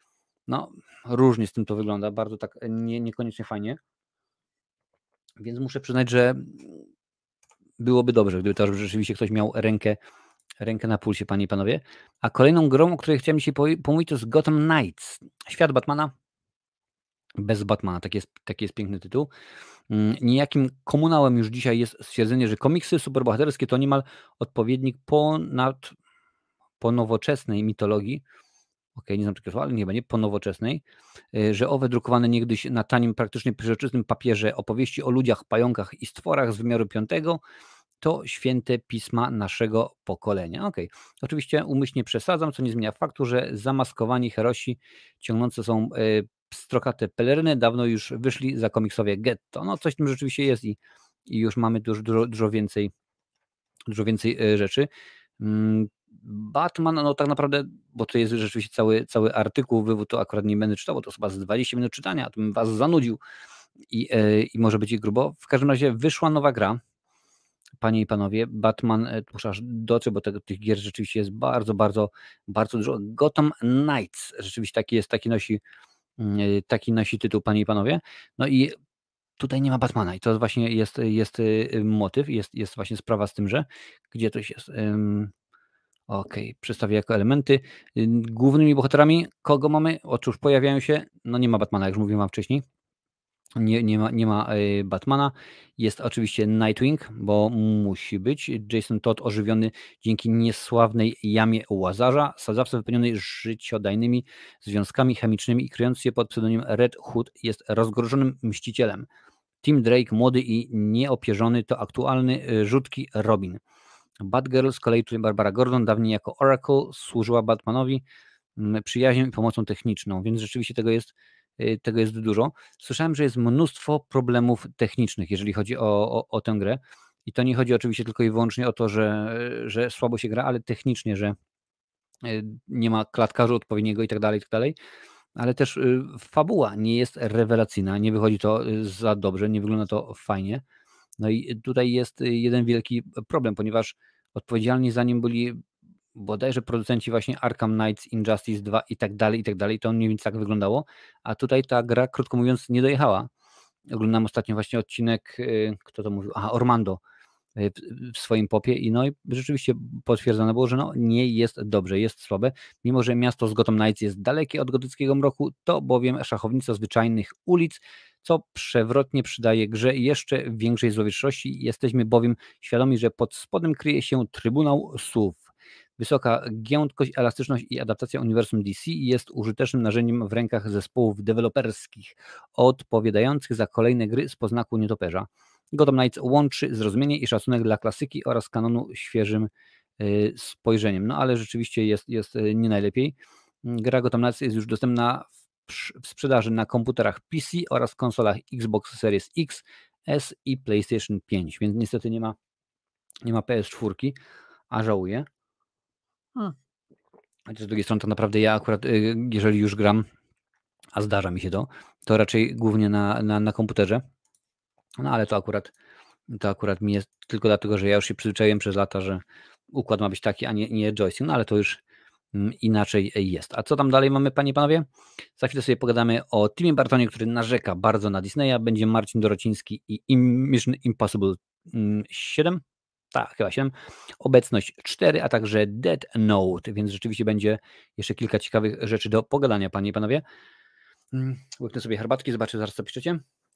no, różnie z tym to wygląda, bardzo tak niekoniecznie fajnie. Więc muszę przyznać, że byłoby dobrze, gdyby to rzeczywiście ktoś miał rękę na pulsie, panie i panowie. A kolejną grą, o której chciałem dzisiaj pomówić, to jest Gotham Knights. Świat Batmana bez Batmana. Taki jest piękny tytuł. Niejakim komunałem już dzisiaj jest stwierdzenie, że komiksy superbohaterskie to niemal odpowiednik po nowoczesnej mitologii. Okej, nie znam takiego słowa, ale nie będzie, po nowoczesnej, że owe drukowane niegdyś na tanim, praktycznie przeroczystym papierze opowieści o ludziach, pająkach i stworach z wymiaru piątego to święte pisma naszego pokolenia. Okej, oczywiście umyślnie przesadzam, co nie zmienia faktu, że zamaskowani herosi ciągnące są pstrokate peleryny dawno już wyszli za komiksowie getto. No coś w tym rzeczywiście jest i już mamy dużo więcej rzeczy. Batman, no tak naprawdę, bo to jest rzeczywiście cały artykuł, wywód, to akurat nie będę czytał, bo to chyba z 20 minut czytania, a to bym was zanudził i może być i grubo. W każdym razie wyszła nowa gra, panie i panowie, Batman, muszę aż dotrzeć, bo tych gier rzeczywiście jest bardzo, bardzo, bardzo dużo. Gotham Knights, rzeczywiście taki nosi tytuł, panie i panowie. No i tutaj nie ma Batmana i to właśnie jest motyw, jest właśnie sprawa z tym, że gdzie to jest. Okej, przedstawię jako elementy. Głównymi bohaterami kogo mamy? Otóż pojawiają się, no nie ma Batmana, jak już mówiłem wam wcześniej. Nie ma Batmana. Jest oczywiście Nightwing, bo musi być. Jason Todd ożywiony dzięki niesławnej jamie Łazarza, sadzawce wypełnionej życiodajnymi związkami chemicznymi i kryjący się pod pseudonimem Red Hood jest rozgorzonym mścicielem. Tim Drake, młody i nieopierzony, to aktualny rzutki Robin. Batgirl z kolei, czyli Barbara Gordon, dawniej jako Oracle, służyła Batmanowi przyjaźnią i pomocą techniczną, więc rzeczywiście tego jest dużo. Słyszałem, że jest mnóstwo problemów technicznych, jeżeli chodzi o tę grę. I to nie chodzi oczywiście tylko i wyłącznie o to, że słabo się gra, ale technicznie, że nie ma klatkarzu odpowiedniego i tak dalej, ale też fabuła nie jest rewelacyjna, nie wychodzi to za dobrze, nie wygląda to fajnie. No i tutaj jest jeden wielki problem, ponieważ odpowiedzialni za nim byli bodajże producenci właśnie Arkham Knights, Injustice 2 i tak dalej, to mniej więcej tak wyglądało, a tutaj ta gra, krótko mówiąc, nie dojechała. Oglądam ostatnio właśnie odcinek, kto to mówił? Aha, Ormando w swoim popie i no i rzeczywiście potwierdzone było, że no nie jest dobrze, jest słabe, mimo że miasto z Gotham Knights jest dalekie od gotyckiego mroku, to bowiem szachownica zwyczajnych ulic, co przewrotnie przydaje grze jeszcze większej złowieszczości. Jesteśmy bowiem świadomi, że pod spodem kryje się Trybunał Słów. Wysoka giętkość, elastyczność i adaptacja uniwersum DC jest użytecznym narzędziem w rękach zespołów deweloperskich odpowiadających za kolejne gry z poznaku nietoperza. Gotham Knights łączy zrozumienie i szacunek dla klasyki oraz kanonu świeżym spojrzeniem. No ale rzeczywiście jest nie najlepiej. Gra Gotham Knights jest już dostępna w sprzedaży na komputerach PC oraz konsolach Xbox Series X, S i PlayStation 5, więc niestety nie ma PS4, a żałuję. Chociaż z drugiej strony to naprawdę ja akurat, jeżeli już gram, a zdarza mi się to raczej głównie na komputerze. No ale to akurat mi jest tylko dlatego, że ja już się przyzwyczaiłem przez lata, że układ ma być taki, a nie joystick, no ale to już inaczej jest. A co tam dalej mamy, panie i panowie? Za chwilę sobie pogadamy o Timie Bartonie, który narzeka bardzo na Disneya. Będzie Marcin Dorociński i Mission Impossible 7. Tak, chyba 7. Obecność 4, a także Death Note, więc rzeczywiście będzie jeszcze kilka ciekawych rzeczy do pogadania, panie i panowie. Łyknę sobie herbatki, zobaczę zaraz, co piszecie.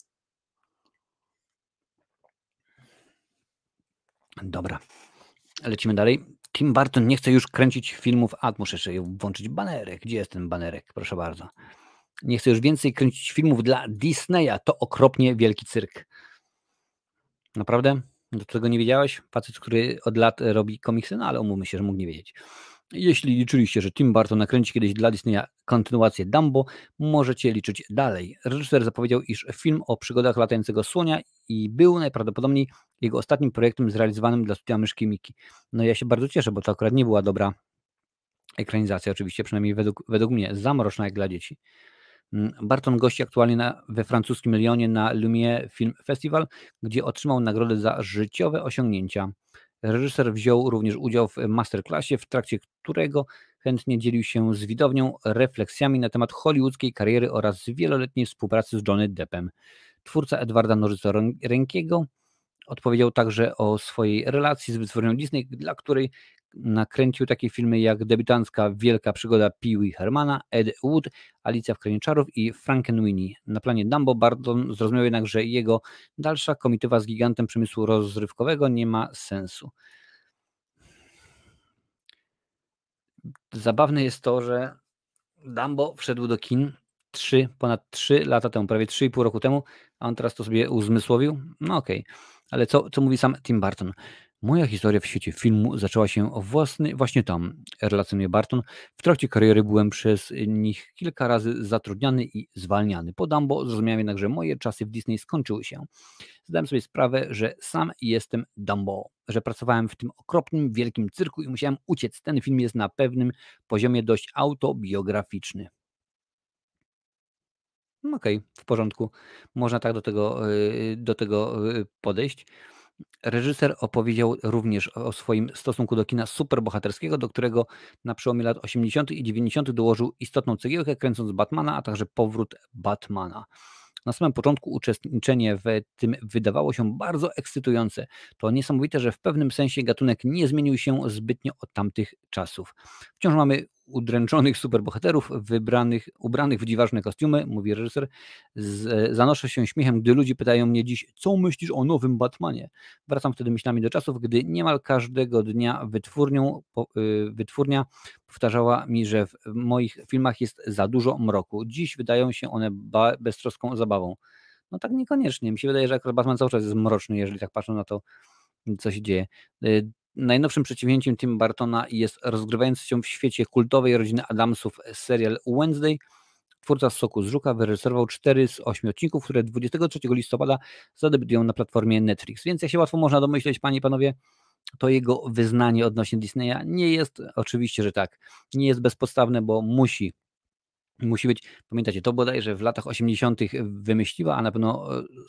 Dobra, lecimy dalej. Tim Burton nie chce już kręcić filmów. Muszę jeszcze włączyć banerek. Gdzie jest ten banerek? Proszę bardzo. Nie chce już więcej kręcić filmów dla Disneya. To okropnie wielki cyrk. Naprawdę? Do tego nie wiedziałeś? Facet, który od lat robi komiksy? No ale umówmy się, że mógł nie wiedzieć. Jeśli liczyliście, że Tim Burton nakręci kiedyś dla Disneya kontynuację Dumbo, możecie liczyć dalej. Reżyser zapowiedział, iż film o przygodach latającego słonia i był najprawdopodobniej jego ostatnim projektem zrealizowanym dla studia Myszki Miki. No ja się bardzo cieszę, bo to akurat nie była dobra ekranizacja, oczywiście, przynajmniej według mnie, za mroczna jak dla dzieci. Burton gości aktualnie we francuskim Lyonie na Lumière Film Festival, gdzie otrzymał nagrodę za życiowe osiągnięcia. Reżyser wziął również udział w masterclassie, w trakcie którego chętnie dzielił się z widownią refleksjami na temat hollywoodzkiej kariery oraz wieloletniej współpracy z Johnny Deppem. Twórca Edwarda Nożyco-Rękiego odpowiedział także o swojej relacji z wytwórnią Disney, dla której nakręcił takie filmy jak debiutancka Wielka Przygoda Pee-wee Hermana, Ed Wood, Alicja w Krainie Czarów i Frankenweenie. Na planie Dumbo Barton zrozumiał jednak, że jego dalsza komitywa z gigantem przemysłu rozrywkowego nie ma sensu. Zabawne jest to, że Dumbo wszedł do kin ponad 3 lata temu, prawie 3,5 roku temu, a on teraz to sobie uzmysłowił. No okej. Ale co mówi sam Tim Burton? Moja historia w świecie filmu zaczęła się właśnie tam, relacjonuje Burton. W trakcie kariery byłem przez nich kilka razy zatrudniany i zwalniany. Po Dumbo zrozumiałem jednak, że moje czasy w Disney skończyły się. Zdałem sobie sprawę, że sam jestem Dumbo, że pracowałem w tym okropnym, wielkim cyrku i musiałem uciec. Ten film jest na pewnym poziomie dość autobiograficzny. No okej, w porządku. Można tak do tego podejść. Reżyser opowiedział również o swoim stosunku do kina superbohaterskiego, do którego na przełomie lat 80. i 90. dołożył istotną cegiełkę, kręcąc Batmana, a także powrót Batmana. Na samym początku uczestniczenie w tym wydawało się bardzo ekscytujące. To niesamowite, że w pewnym sensie gatunek nie zmienił się zbytnio od tamtych czasów. Wciąż mamy udręczonych superbohaterów, ubranych w dziwaczne kostiumy, mówi reżyser. Zanoszę się śmiechem, gdy ludzie pytają mnie dziś, co myślisz o nowym Batmanie? Wracam wtedy myślami do czasów, gdy niemal każdego dnia wytwórnia powtarzała mi, że w moich filmach jest za dużo mroku. Dziś wydają się one beztroską zabawą. No tak niekoniecznie. Mi się wydaje, że akurat Batman cały czas jest mroczny, jeżeli tak patrzę na to, co się dzieje. Najnowszym przedsięwzięciem Tima Burtona jest rozgrywający się w świecie kultowej rodziny Addamsów serial Wednesday. Twórca Soku z Żuka wyreżyserował 4 z 8 odcinków, które 23 listopada zadebiutują na platformie Netflix. Więc jak się łatwo można domyśleć, panie i panowie, to jego wyznanie odnośnie Disneya nie jest, oczywiście, że tak, nie jest bezpodstawne, bo musi być. Pamiętacie, to bodajże w latach 80. wymyśliła, a na pewno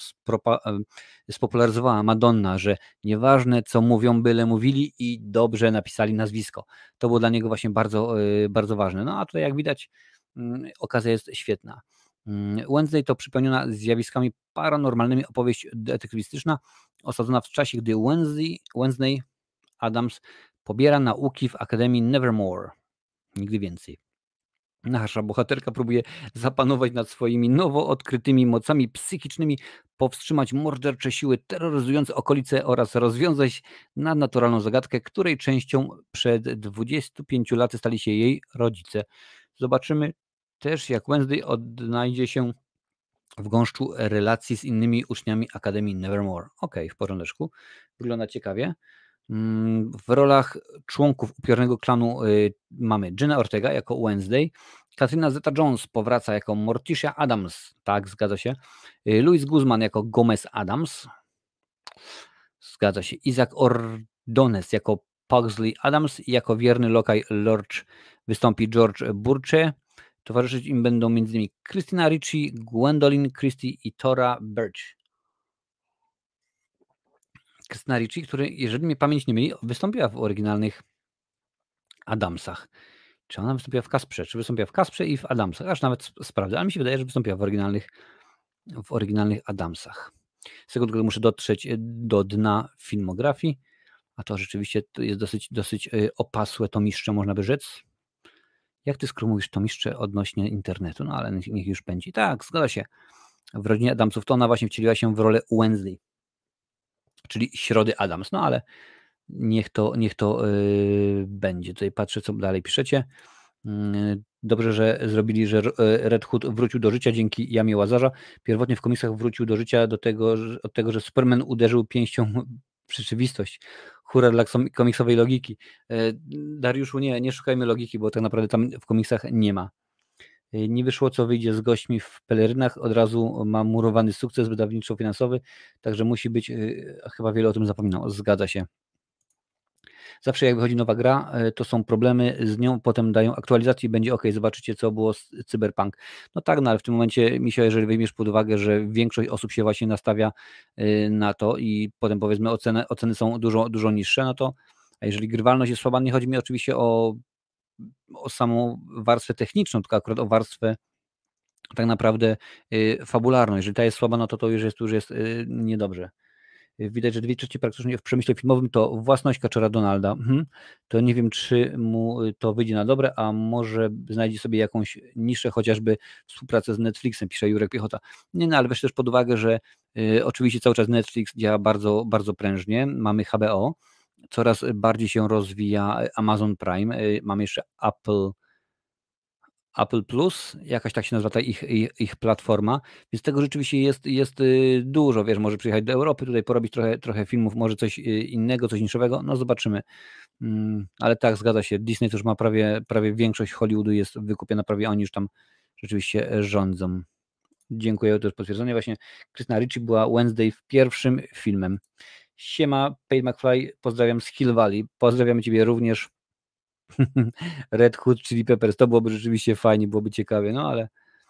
spopularyzowała Madonna, że nieważne co mówią, byle mówili i dobrze napisali nazwisko. To było dla niego właśnie bardzo, bardzo ważne. No a tutaj jak widać, okazja jest świetna. Wednesday to przypełniona zjawiskami paranormalnymi opowieść detektywistyczna osadzona w czasie, gdy Wednesday Addams pobiera nauki w Akademii Nevermore. Nigdy więcej. Nasza bohaterka próbuje zapanować nad swoimi nowo odkrytymi mocami psychicznymi, powstrzymać mordercze siły terroryzujące okolice oraz rozwiązać nadnaturalną zagadkę, której częścią przed 25 laty stali się jej rodzice. Zobaczymy też, jak Wednesday odnajdzie się w gąszczu relacji z innymi uczniami Akademii Nevermore. Okej, w porządeczku. Wygląda ciekawie. W rolach członków upiornego klanu mamy Jenna Ortega jako Wednesday, Katrina Zeta-Jones powraca jako Morticia Addams, tak, zgadza się, Luis Guzman jako Gomez Addams, zgadza się, Isaac Ordonez jako Pugsley Addams i jako wierny lokaj Lorch wystąpi George Burche. Towarzyszyć im będą m.in. Christina Ricci, Gwendolyn Christie i Tora Birch. Christina Ricci, który, jeżeli mnie pamięć nie myli, wystąpiła w oryginalnych Addamsach. Czy ona wystąpiła w Kasprze? Czy wystąpiła w Kasprze i w Addamsach? Aż nawet sprawdzę, ale mi się wydaje, że wystąpiła w oryginalnych Addamsach. Z tego tylko muszę dotrzeć do dna filmografii, a to rzeczywiście to jest dosyć opasłe tomiszcze, można by rzec. Jak ty skromujesz tomiszcze odnośnie internetu? No ale niech już będzie. Tak, zgadza się. W rodzinie Addamsów to ona właśnie wcieliła się w rolę Wednesday, czyli Środy Addams. No ale niech to będzie. Tutaj patrzę, co dalej piszecie. Dobrze, że zrobili, że Red Hood wrócił do życia dzięki Jamie Łazarza. Pierwotnie w komiksach wrócił do życia od tego, że Superman uderzył pięścią w rzeczywistość. Hurra dla komiksowej logiki. Dariuszu, nie szukajmy logiki, bo tak naprawdę tam w komiksach nie ma. Nie wyszło, co wyjdzie z gośćmi w pelerynach. Od razu ma murowany sukces wydawniczo-finansowy, także musi być, chyba wiele o tym zapominał. Zgadza się. Zawsze jak wychodzi nowa gra, to są problemy z nią, potem dają aktualizację i będzie ok, zobaczycie co było z Cyberpunk. No tak, no ale w tym momencie, Misio, jeżeli weźmiesz pod uwagę, że większość osób się właśnie nastawia na to i potem powiedzmy oceny są dużo niższe, no to a jeżeli grywalność jest słaba, nie chodzi mi oczywiście o o samą warstwę techniczną, tylko akurat o warstwę tak naprawdę fabularną. Jeżeli ta jest słaba, no to już jest niedobrze. Widać, że 2/3 praktycznie w przemyśle filmowym to własność Kaczora Donalda. To nie wiem, czy mu to wyjdzie na dobre, a może znajdzie sobie jakąś niszę, chociażby współpracę z Netflixem, pisze Jurek Piechota. Nie, no ale weź też pod uwagę, że oczywiście cały czas Netflix działa bardzo, bardzo prężnie. Mamy HBO, coraz bardziej się rozwija Amazon Prime, mamy jeszcze Apple Plus, jakaś tak się nazywa ta ich platforma, więc tego rzeczywiście jest dużo, wiesz, może przyjechać do Europy, tutaj porobić trochę filmów, może coś innego, coś niszowego, no zobaczymy. Ale tak, zgadza się, Disney to już ma prawie większość Hollywoodu jest wykupiona, prawie oni już tam rzeczywiście rządzą. Dziękuję, to już potwierdzenie. Właśnie Christina Ricci była Wednesday w pierwszym filmem. Siema, Pate McFly, pozdrawiam z Hill Valley, pozdrawiamy Ciebie również. Red Hot Chili Peppers, to byłoby rzeczywiście fajnie, byłoby ciekawie, no ale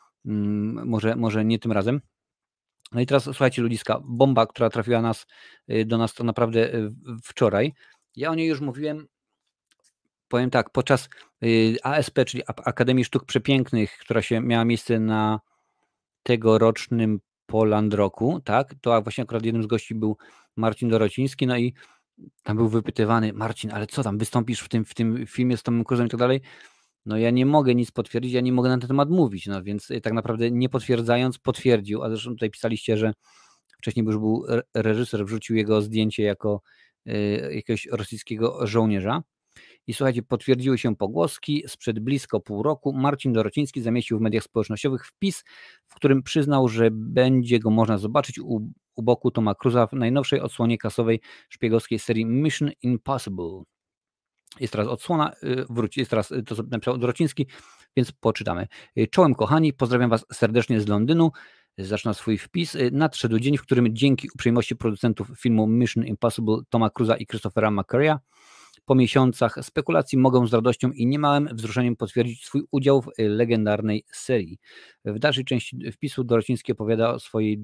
może nie tym razem. No i teraz słuchajcie ludziska, bomba, która trafiła do nas to naprawdę wczoraj. Ja o niej już mówiłem, powiem tak, podczas ASP, czyli Akademii Sztuk Przepięknych, która miała miejsce na tegorocznym Poland Roku, tak, to właśnie akurat jednym z gości był Marcin Dorociński, no i tam był wypytywany, Marcin, ale co tam, wystąpisz w tym filmie z Tomem Cruzem i tak dalej? No ja nie mogę nic potwierdzić, ja nie mogę na ten temat mówić, no więc tak naprawdę nie potwierdzając potwierdził, a zresztą tutaj pisaliście, że wcześniej już był reżyser, wrzucił jego zdjęcie jako jakiegoś rosyjskiego żołnierza. I słuchajcie, potwierdziły się pogłoski. Sprzed blisko pół roku Marcin Dorociński zamieścił w mediach społecznościowych wpis, w którym przyznał, że będzie go można zobaczyć u boku Toma Cruza w najnowszej odsłonie kasowej szpiegowskiej serii Mission Impossible. Jest teraz odsłona, jest teraz to, co napisał Dorociński, więc poczytamy. Czołem kochani, pozdrawiam Was serdecznie z Londynu. Zaczyna swój wpis. Nadszedł dzień, w którym dzięki uprzejmości producentów filmu Mission Impossible Toma Cruza i Christophera McQuarria po miesiącach spekulacji mogą z radością i niemałym wzruszeniem potwierdzić swój udział w legendarnej serii. W dalszej części wpisu Dorociński opowiada o swojej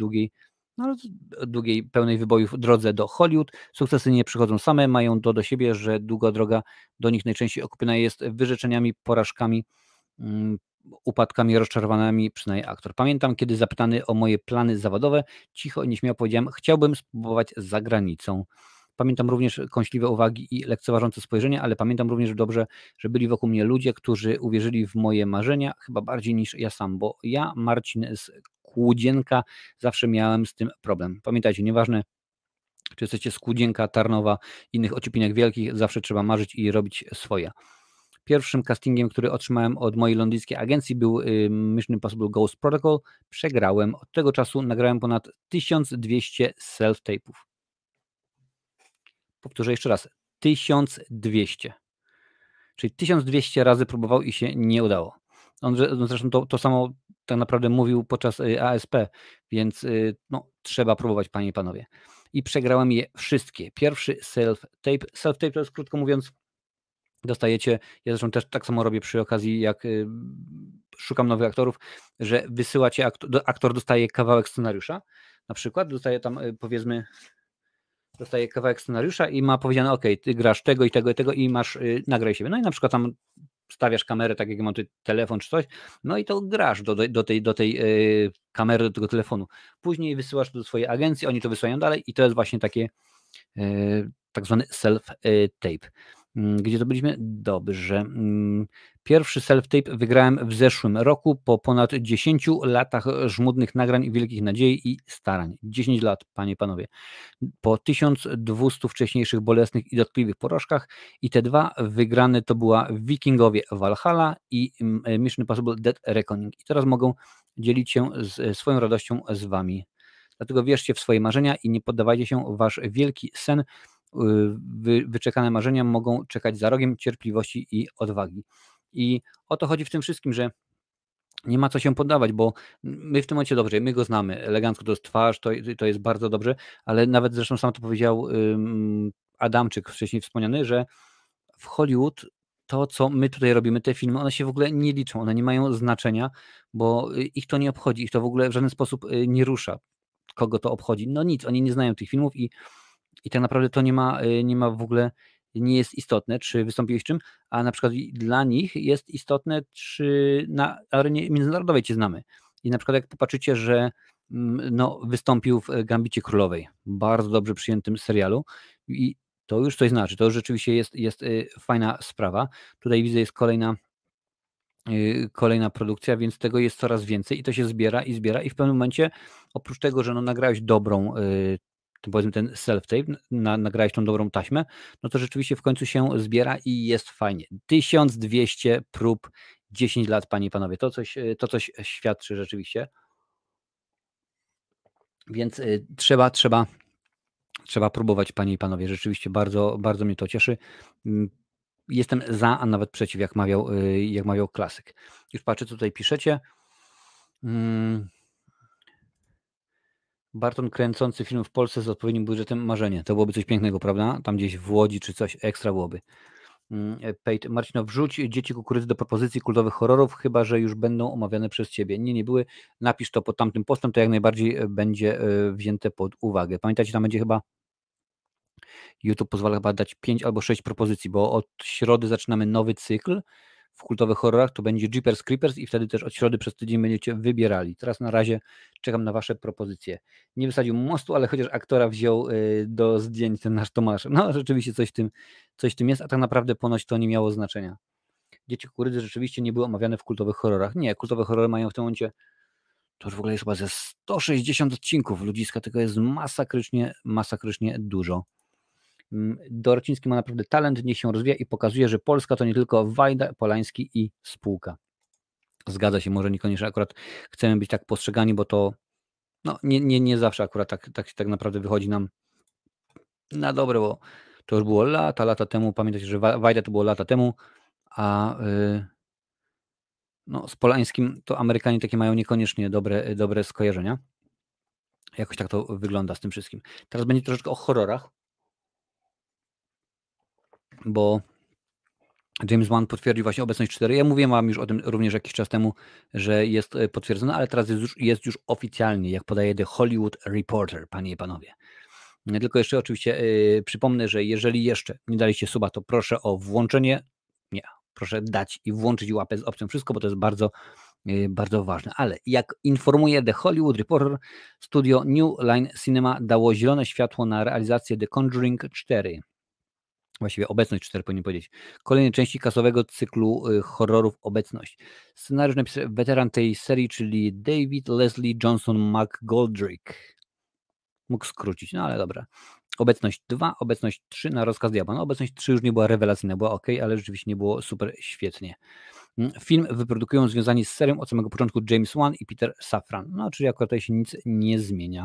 długiej, pełnej wybojów drodze do Hollywood. Sukcesy nie przychodzą same, mają to do siebie, że długa droga do nich najczęściej okupiona jest wyrzeczeniami, porażkami, upadkami, rozczarowaniami, przynajmniej aktor. Pamiętam, kiedy zapytany o moje plany zawodowe, cicho i nieśmiało powiedziałem, chciałbym spróbować za granicą. Pamiętam również kąśliwe uwagi i lekceważące spojrzenie, ale pamiętam również dobrze, że byli wokół mnie ludzie, którzy uwierzyli w moje marzenia, chyba bardziej niż ja sam, bo ja, Marcin z Kłudzienka, zawsze miałem z tym problem. Pamiętajcie, nieważne, czy jesteście z Kłudzienka, Tarnowa, innych ociupinek wielkich, zawsze trzeba marzyć i robić swoje. Pierwszym castingiem, który otrzymałem od mojej londyńskiej agencji, był Mission Impossible Ghost Protocol. Przegrałem. Od tego czasu nagrałem ponad 1200 self-tape'ów. Powtórzę jeszcze raz. 1200. Czyli 1200 razy próbował i się nie udało. On zresztą to samo tak naprawdę mówił podczas ASP, więc no, trzeba próbować, panie i panowie. I przegrałem je wszystkie. Pierwszy self-tape. Self-tape to jest, krótko mówiąc, dostajecie, ja zresztą też tak samo robię przy okazji, jak szukam nowych aktorów, że wysyłacie, aktor dostaje kawałek scenariusza, na przykład dostaje tam powiedzmy, dostaje kawałek scenariusza i ma powiedziane, ok, ty grasz tego i tego i tego i masz, nagraj siebie. No i na przykład tam stawiasz kamerę, tak jak mam tutaj telefon czy coś, no i to grasz do tej kamery, do tego telefonu. Później wysyłasz do swojej agencji, oni to wysyłają dalej i to jest właśnie takie tak zwany self-tape. Gdzie to byliśmy? Dobrze. Pierwszy self-tape wygrałem w zeszłym roku po ponad 10 latach żmudnych nagrań, wielkich nadziei i starań. 10 lat, panie i panowie. Po 1200 wcześniejszych bolesnych i dotkliwych porażkach i te dwa wygrane to była Wikingowie Valhalla i Mission Impossible Dead Reckoning. I teraz mogą dzielić się swoją radością z wami. Dlatego wierzcie w swoje marzenia i nie poddawajcie się, wasz wielki sen, wyczekane marzenia mogą czekać za rogiem cierpliwości i odwagi. I o to chodzi w tym wszystkim, że nie ma co się poddawać, bo my w tym momencie dobrze, my go znamy, elegancko to jest twarz, to jest bardzo dobrze, ale nawet zresztą sam to powiedział Adamczyk wcześniej wspomniany, że w Hollywood to, co my tutaj robimy, te filmy, one się w ogóle nie liczą, one nie mają znaczenia, bo ich to nie obchodzi, ich to w ogóle w żaden sposób nie rusza. Kogo to obchodzi? No nic, oni nie znają tych filmów i tak naprawdę to nie ma w ogóle nie jest istotne, czy wystąpiłeś w czym, a na przykład dla nich jest istotne, czy na arenie międzynarodowej cię znamy. I na przykład jak popatrzycie, że no, wystąpił w Gambicie Królowej, bardzo dobrze przyjętym serialu i to już coś znaczy, to już rzeczywiście jest fajna sprawa. Tutaj widzę, jest kolejna produkcja, więc tego jest coraz więcej i to się zbiera i w pewnym momencie, oprócz tego, że no nagrałeś dobrą, powiedzmy ten self-tape, nagrałeś tą dobrą taśmę, no to rzeczywiście w końcu się zbiera i jest fajnie. 1200 prób, 10 lat, panie i panowie, to coś świadczy rzeczywiście, więc trzeba próbować, panie i panowie, rzeczywiście bardzo, bardzo mnie to cieszy. Jestem za, a nawet przeciw, jak mawiał klasyk. Już patrzę, co tutaj piszecie. Barton kręcący film w Polsce z odpowiednim budżetem, marzenie. To byłoby coś pięknego, prawda? Tam gdzieś w Łodzi czy coś ekstra byłoby. Marcino, wrzuć Dzieci Kukurydzy do propozycji kultowych horrorów, chyba że już będą omawiane przez Ciebie. Nie były. Napisz to pod tamtym postem, to jak najbardziej będzie wzięte pod uwagę. Pamiętajcie, tam będzie chyba YouTube pozwala chyba dać 5 albo 6 propozycji, bo od środy zaczynamy nowy cykl w kultowych horrorach, to będzie Jeepers Creepers i wtedy też od środy przez tydzień będziecie wybierali. Teraz na razie czekam na Wasze propozycje. Nie wysadził mostu, ale chociaż aktora wziął do zdjęć ten nasz Tomasz. No rzeczywiście coś w tym jest, a tak naprawdę ponoć to nie miało znaczenia. Dzieci Kukurydzy rzeczywiście nie były omawiane w kultowych horrorach. Nie, kultowe horrory mają w tym momencie, to już w ogóle jest chyba ze 160 odcinków ludziska, tego jest masakrycznie dużo. Dorociński ma naprawdę talent, niech się rozwija i pokazuje, że Polska to nie tylko Wajda, Polański i spółka. Zgadza się, może niekoniecznie akurat chcemy być tak postrzegani, bo to no, nie zawsze akurat tak naprawdę wychodzi nam na dobre, bo to już było lata temu. Pamiętajcie, że Wajda to było lata temu, a no, z Polańskim to Amerykanie takie mają niekoniecznie dobre skojarzenia. Jakoś tak to wygląda z tym wszystkim. Teraz będzie troszeczkę o horrorach, bo James Wan potwierdził właśnie obecność 4. Ja mówiłem wam już o tym również jakiś czas temu, że jest potwierdzone, ale teraz jest już oficjalnie, jak podaje The Hollywood Reporter, panie i panowie. Tylko jeszcze oczywiście przypomnę, że jeżeli jeszcze nie daliście suba, to proszę o włączenie, proszę dać i włączyć łapę z opcją wszystko, bo to jest bardzo, bardzo ważne. Ale jak informuje The Hollywood Reporter, studio New Line Cinema dało zielone światło na realizację The Conjuring 4. Właściwie obecność 4 powinien powiedzieć. Kolejnej części kasowego cyklu horrorów Obecność. Scenariusz napisał weteran tej serii, czyli David Leslie Johnson McGoldrick. Mógł skrócić, no ale dobra. Obecność 2, obecność 3 na rozkaz diabła. No, obecność 3 już nie była rewelacyjna, była ok, ale rzeczywiście nie było super świetnie. Film wyprodukują związani z serią od samego początku James Wan i Peter Safran. No, czyli akurat tutaj się nic nie zmienia.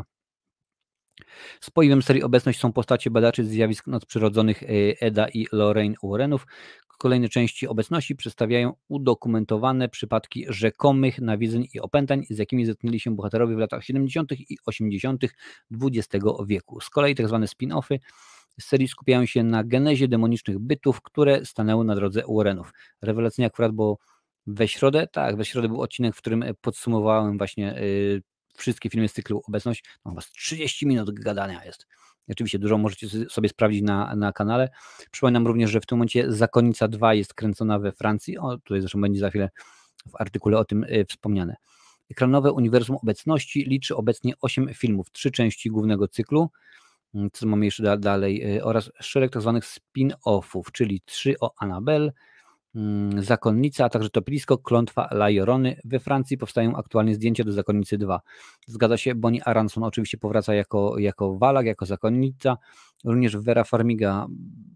Spoiwem serii Obecność są postacie badaczy zjawisk nadprzyrodzonych Eda i Lorraine Warrenów. Kolejne części Obecności przedstawiają udokumentowane przypadki rzekomych nawiedzeń i opętań, z jakimi zetknęli się bohaterowie w latach 70. i 80. XX wieku. Z kolei tak zwane spin-offy serii skupiają się na genezie demonicznych bytów, które stanęły na drodze Warrenów. Rewelacyjnie akurat, bo we środę był odcinek, w którym podsumowałem właśnie wszystkie filmy z cyklu Obecność. No chyba 30 minut gadania jest. Oczywiście dużo możecie sobie sprawdzić na kanale. Przypominam również, że w tym momencie Zakonnica 2 jest kręcona we Francji. O, tutaj zresztą będzie za chwilę w artykule o tym wspomniane. Ekranowe uniwersum Obecności liczy obecnie 8 filmów, 3 części głównego cyklu, co mamy jeszcze dalej, oraz szereg tak zwanych spin-offów, czyli 3 o Annabelle, Zakonnica, a także Toplisko, Klątwa La Llorony. We Francji powstają aktualnie zdjęcia do Zakonnicy 2. Zgadza się, Bonnie Aronson oczywiście powraca jako Walag, jako Zakonnica. Również Vera Farmiga,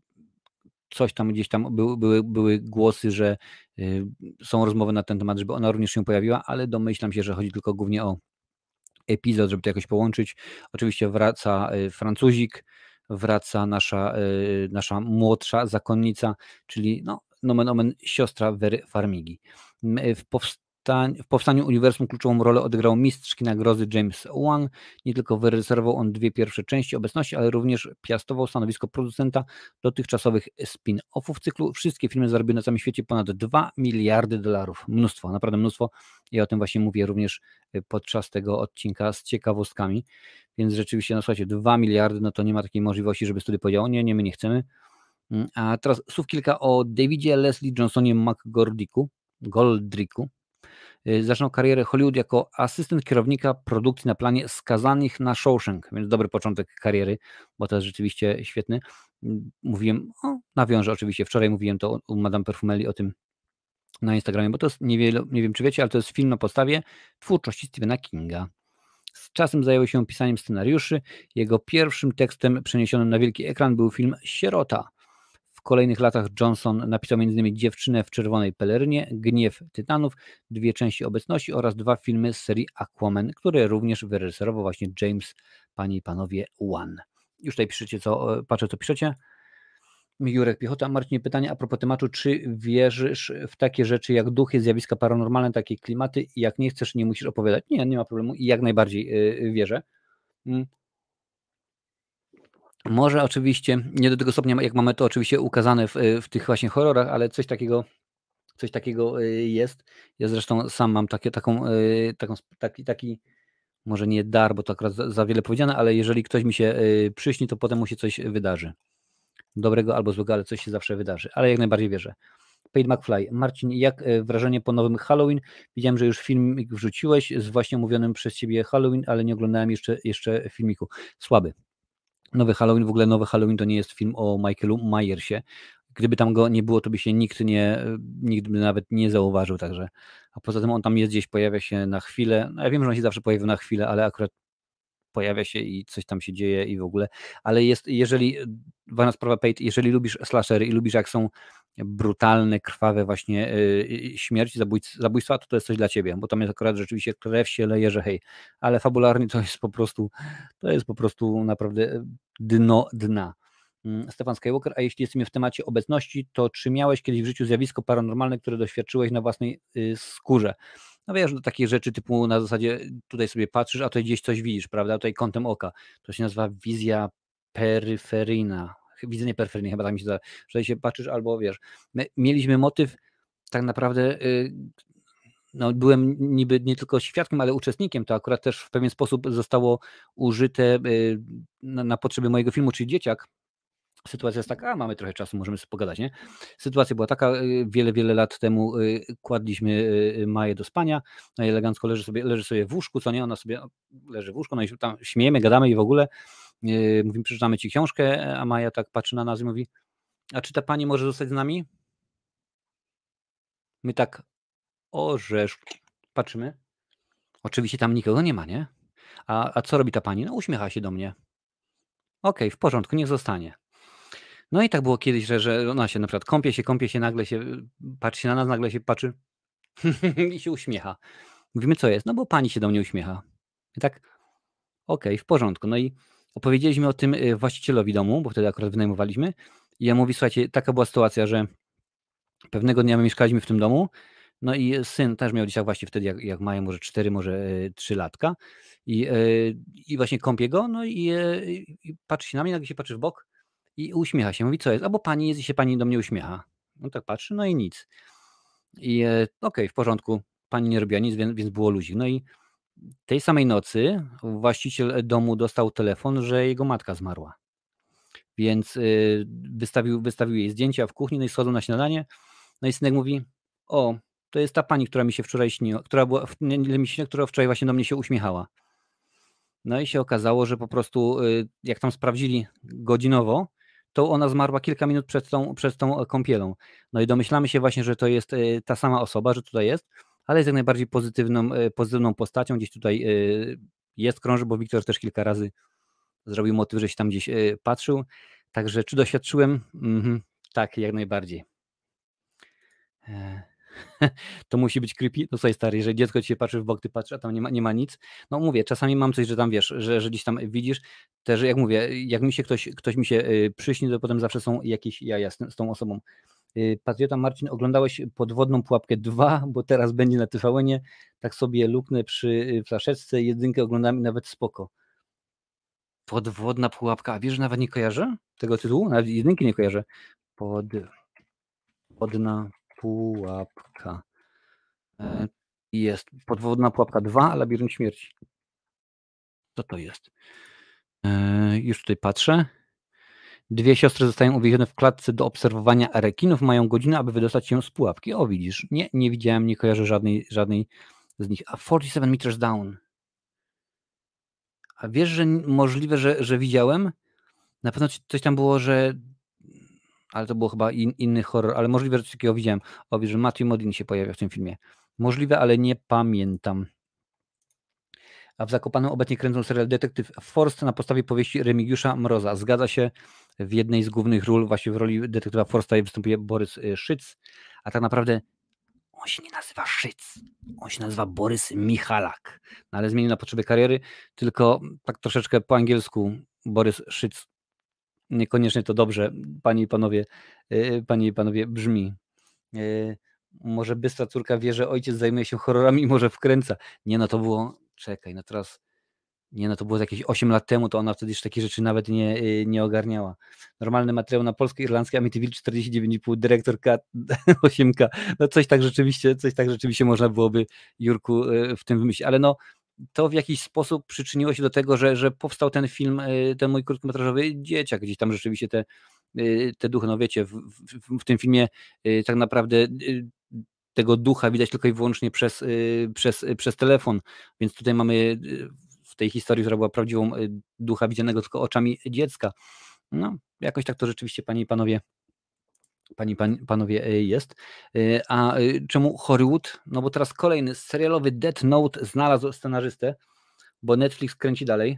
coś tam gdzieś tam były głosy, że są rozmowy na ten temat, żeby ona również się pojawiła, ale domyślam się, że chodzi tylko głównie o epizod, żeby to jakoś połączyć. Oczywiście wraca Francuzik, wraca nasza młodsza Zakonnica, czyli no, nomen omen siostra Wery Farmigi. W powstaniu uniwersum kluczową rolę odegrał mistrz kina grozy James Wan. Nie tylko wyreżyserował on 2 pierwsze części Obecności, ale również piastował stanowisko producenta dotychczasowych spin-offów cyklu. Wszystkie filmy zarobiły na całym świecie ponad 2 miliardy dolarów. Mnóstwo, naprawdę mnóstwo. Ja o tym właśnie mówię również podczas tego odcinka z ciekawostkami. Więc rzeczywiście, no słuchajcie, 2 miliardy, no to nie ma takiej możliwości, żeby studio powiedziało, nie, my nie chcemy. A teraz słów kilka o Davidzie Leslie Johnsonie Goldricku. Zaczynał karierę Hollywood jako asystent kierownika produkcji na planie Skazanych na Shawshank, więc dobry początek kariery, bo to jest rzeczywiście świetny. Mówiłem, nawiążę oczywiście, wczoraj mówiłem to u Madame Perfumeli o tym na Instagramie, bo to jest niewiele, nie wiem czy wiecie, ale to jest film na podstawie twórczości Stephena Kinga. Z czasem zajął się pisaniem scenariuszy. Jego pierwszym tekstem przeniesionym na wielki ekran był film Sierota. W kolejnych latach Johnson napisał m.in. Dziewczynę w czerwonej pelerynie, Gniew Tytanów, 2 części Obecności oraz 2 filmy z serii Aquaman, które również wyreżyserował właśnie James, panie i panowie, Wan. Już tutaj piszecie, patrzę co piszecie. Jurek Piechota. Marcinie, pytanie a propos tematu, czy wierzysz w takie rzeczy jak duchy, zjawiska paranormalne, takie klimaty i jak nie chcesz, nie musisz opowiadać? Nie ma problemu i jak najbardziej wierzę. Może oczywiście, nie do tego stopnia, jak mamy to oczywiście ukazane w tych właśnie horrorach, ale coś takiego jest. Ja zresztą sam mam taki, może nie dar, bo to akurat za wiele powiedziane, ale jeżeli ktoś mi się przyśni, to potem mu się coś wydarzy. Dobrego albo złego, ale coś się zawsze wydarzy. Ale jak najbardziej wierzę. Paid McFly. Marcin, jak wrażenie po nowym Halloween? Widziałem, że już filmik wrzuciłeś z właśnie omówionym przez Ciebie Halloween, ale nie oglądałem jeszcze filmiku. Słaby. Nowy Halloween to nie jest film o Michaelu Myersie. Gdyby tam go nie było, to by się nikt by nawet nie zauważył, także. A poza tym on tam jest gdzieś, pojawia się na chwilę. No ja wiem, że on się zawsze pojawia na chwilę, ale akurat pojawia się i coś tam się dzieje i w ogóle. Ale ważna sprawa, Pate, jeżeli lubisz slashery i lubisz jak są brutalne, krwawe właśnie śmierci, zabójstwa, to jest coś dla ciebie, bo tam jest akurat rzeczywiście krew się leje, że hej, ale fabularnie to jest po prostu naprawdę dno dna. Stefan Skywalker, a jeśli jesteśmy w temacie obecności, to czy miałeś kiedyś w życiu zjawisko paranormalne, które doświadczyłeś na własnej skórze? No wiesz, do takich rzeczy typu na zasadzie tutaj sobie patrzysz, a tutaj gdzieś coś widzisz, prawda? Tutaj kątem oka. To się nazywa wizja peryferyjna. Widzenie peryferyjne, chyba tak mi się zdaje, że tutaj się patrzysz albo wiesz. My mieliśmy motyw tak naprawdę, no byłem niby nie tylko świadkiem, ale uczestnikiem. To akurat też w pewien sposób zostało użyte na potrzeby mojego filmu, czyli Dzieciak. Sytuacja jest taka, mamy trochę czasu, możemy sobie pogadać, nie? Sytuacja była taka, wiele lat temu kładliśmy Maję do spania, no i elegancko leży sobie w łóżku, co nie? Ona sobie leży w łóżku, no i tam śmiejemy, gadamy i w ogóle mówimy, przeczytamy ci książkę, a Maja tak patrzy na nas i mówi, a czy ta pani może zostać z nami? My tak, patrzymy, oczywiście tam nikogo nie ma, nie? A co robi ta pani? No uśmiecha się do mnie. Okej, w porządku, niech zostanie. No i tak było kiedyś, że ona się na przykład kąpie się, nagle się patrzy na nas, nagle się patrzy i się uśmiecha. Mówimy, co jest? No bo pani się do mnie uśmiecha. I tak, okej, w porządku. No i opowiedzieliśmy o tym właścicielowi domu, bo wtedy akurat wynajmowaliśmy. I ja mówię, słuchajcie, taka była sytuacja, że pewnego dnia my mieszkaliśmy w tym domu, no i syn też miał gdzieś właśnie wtedy, jak mają może 4, może 3 latka. I właśnie kąpię go, no i patrzy się na mnie, nagle się patrzy w bok i uśmiecha się. Mówi, co jest? Albo pani jest i się pani do mnie uśmiecha. No tak patrzy, no i nic. I okej, w porządku, pani nie robiła nic, więc było luzik. No i tej samej nocy właściciel domu dostał telefon, że jego matka zmarła. Więc wystawił jej zdjęcia w kuchni, no i schodzą na śniadanie. No i synek mówi, o, to jest ta pani, która mi się wczoraj śniła, która wczoraj właśnie do mnie się uśmiechała. No i się okazało, że po prostu jak tam sprawdzili godzinowo, to ona zmarła kilka minut przed tą kąpielą. No i domyślamy się właśnie, że to jest ta sama osoba, że tutaj jest, ale jest jak najbardziej pozytywną postacią. Gdzieś tutaj krąży, bo Wiktor też kilka razy zrobił motyw, że się tam gdzieś patrzył. Także czy doświadczyłem? Tak, jak najbardziej. To musi być creepy. No słuchaj stary, jeżeli dziecko ci się patrzy w bok, ty patrzysz, a tam nie ma nic. No mówię, czasami mam coś, że tam wiesz, że gdzieś tam widzisz. Też jak mówię, jak mi się ktoś mi się przyśni, to potem zawsze są jakieś jaja z tą osobą. Patriota Marcin, oglądałeś Podwodną pułapkę 2, bo teraz będzie na TVN-ie. Tak sobie luknę przy flaszeczce, jedynkę oglądam i nawet spoko. Podwodna pułapka, a wiesz, że nawet nie kojarzę tego tytułu? Nawet jedynki nie kojarzę. Podwodna pułapka. Jest Podwodna pułapka 2, Labirynt śmierci. Co to jest? Już tutaj patrzę. Dwie siostry zostają uwięzione w klatce do obserwowania rekinów, mają godzinę, aby wydostać się z pułapki. O, widzisz, nie widziałem, nie kojarzę żadnej z nich. A 47 Meters Down. A wiesz, że możliwe, że widziałem? Na pewno coś tam było, że ale to było chyba inny horror, ale możliwe, że coś takiego widziałem. O, wiesz, że Matthew Modine się pojawia w tym filmie. Możliwe, ale nie pamiętam. A w Zakopanem obecnie kręcą serial Detektyw Forst na podstawie powieści Remigiusza Mroza. Zgadza się, w jednej z głównych ról, właśnie w roli detektywa Forsta występuje Borys Szyc, a tak naprawdę on się nie nazywa Szyc, on się nazywa Borys Michalak, no, ale zmienił na potrzeby kariery, tylko tak troszeczkę po angielsku Borys Szyc. Niekoniecznie to dobrze, panie i panowie brzmi. Może bystra córka wie, że ojciec zajmuje się horrorami i może wkręca. Nie, no to było, czekaj, no teraz, nie, no to było jakieś 8 lat temu, to ona wtedy już takie rzeczy nawet nie ogarniała. Normalny materiał na polskie, irlandzkie, Amityville 49,5, dyrektor K 8K. No coś tak rzeczywiście można byłoby, Jurku, w tym wymyślić. Ale no, to w jakiś sposób przyczyniło się do tego, że powstał ten film, ten mój krótkometrażowy Dzieciak. Gdzieś tam rzeczywiście te duchy, no wiecie, w tym filmie tak naprawdę tego ducha widać tylko i wyłącznie przez telefon, więc tutaj mamy w tej historii, która była prawdziwą, ducha widzianego tylko oczami dziecka. No, jakoś tak to rzeczywiście, panowie, jest. A czemu Hollywood? No bo teraz kolejny serialowy Death Note znalazł scenarzystę, bo Netflix kręci dalej.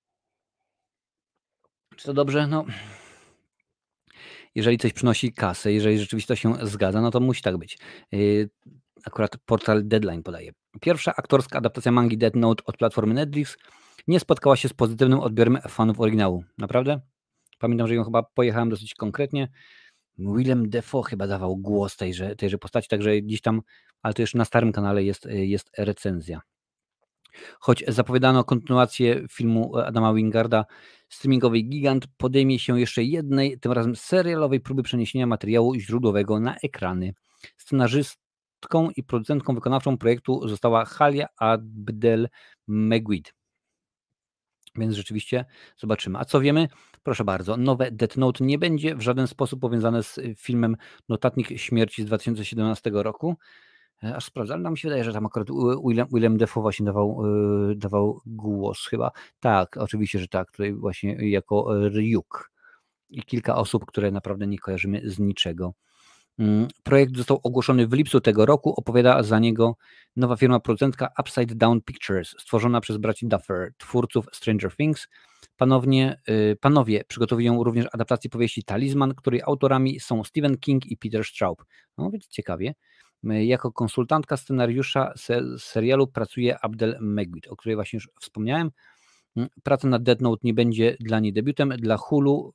Czy to dobrze? No, jeżeli coś przynosi kasę, jeżeli rzeczywiście to się zgadza, no to musi tak być. Akurat portal Deadline podaje. Pierwsza aktorska adaptacja mangi Death Note od platformy Netflix nie spotkała się z pozytywnym odbiorem fanów oryginału. Naprawdę? Pamiętam, że ją chyba pojechałem dosyć konkretnie. Willem Dafoe chyba dawał głos tejże postaci, także gdzieś tam, ale to już na starym kanale jest recenzja. Choć zapowiadano kontynuację filmu Adama Wingarda, streamingowy gigant podejmie się jeszcze jednej, tym razem serialowej próby przeniesienia materiału źródłowego na ekrany. Scenarzystką i producentką wykonawczą projektu została Halia Abdel Megwid. Więc rzeczywiście zobaczymy. A co wiemy? Proszę bardzo, nowe Death Note nie będzie w żaden sposób powiązane z filmem Notatnik Śmierci z 2017 roku. Aż sprawdzę, ale nam się wydaje, że tam akurat Willem Dafoe właśnie dawał głos chyba. Tak, oczywiście, że tak, tutaj właśnie jako Ryuk. I kilka osób, które naprawdę nie kojarzymy z niczego. Projekt został ogłoszony w lipcu tego roku, opowiada za niego nowa firma producentka Upside Down Pictures, stworzona przez braci Duffer, twórców Stranger Things. Panowie przygotowują również adaptację powieści Talizman, której autorami są Stephen King i Peter Straub. No więc ciekawie. Jako konsultantka scenariusza serialu pracuje Abdel Megwid, o której właśnie już wspomniałem. Praca nad Death Note nie będzie dla niej debiutem. Dla Hulu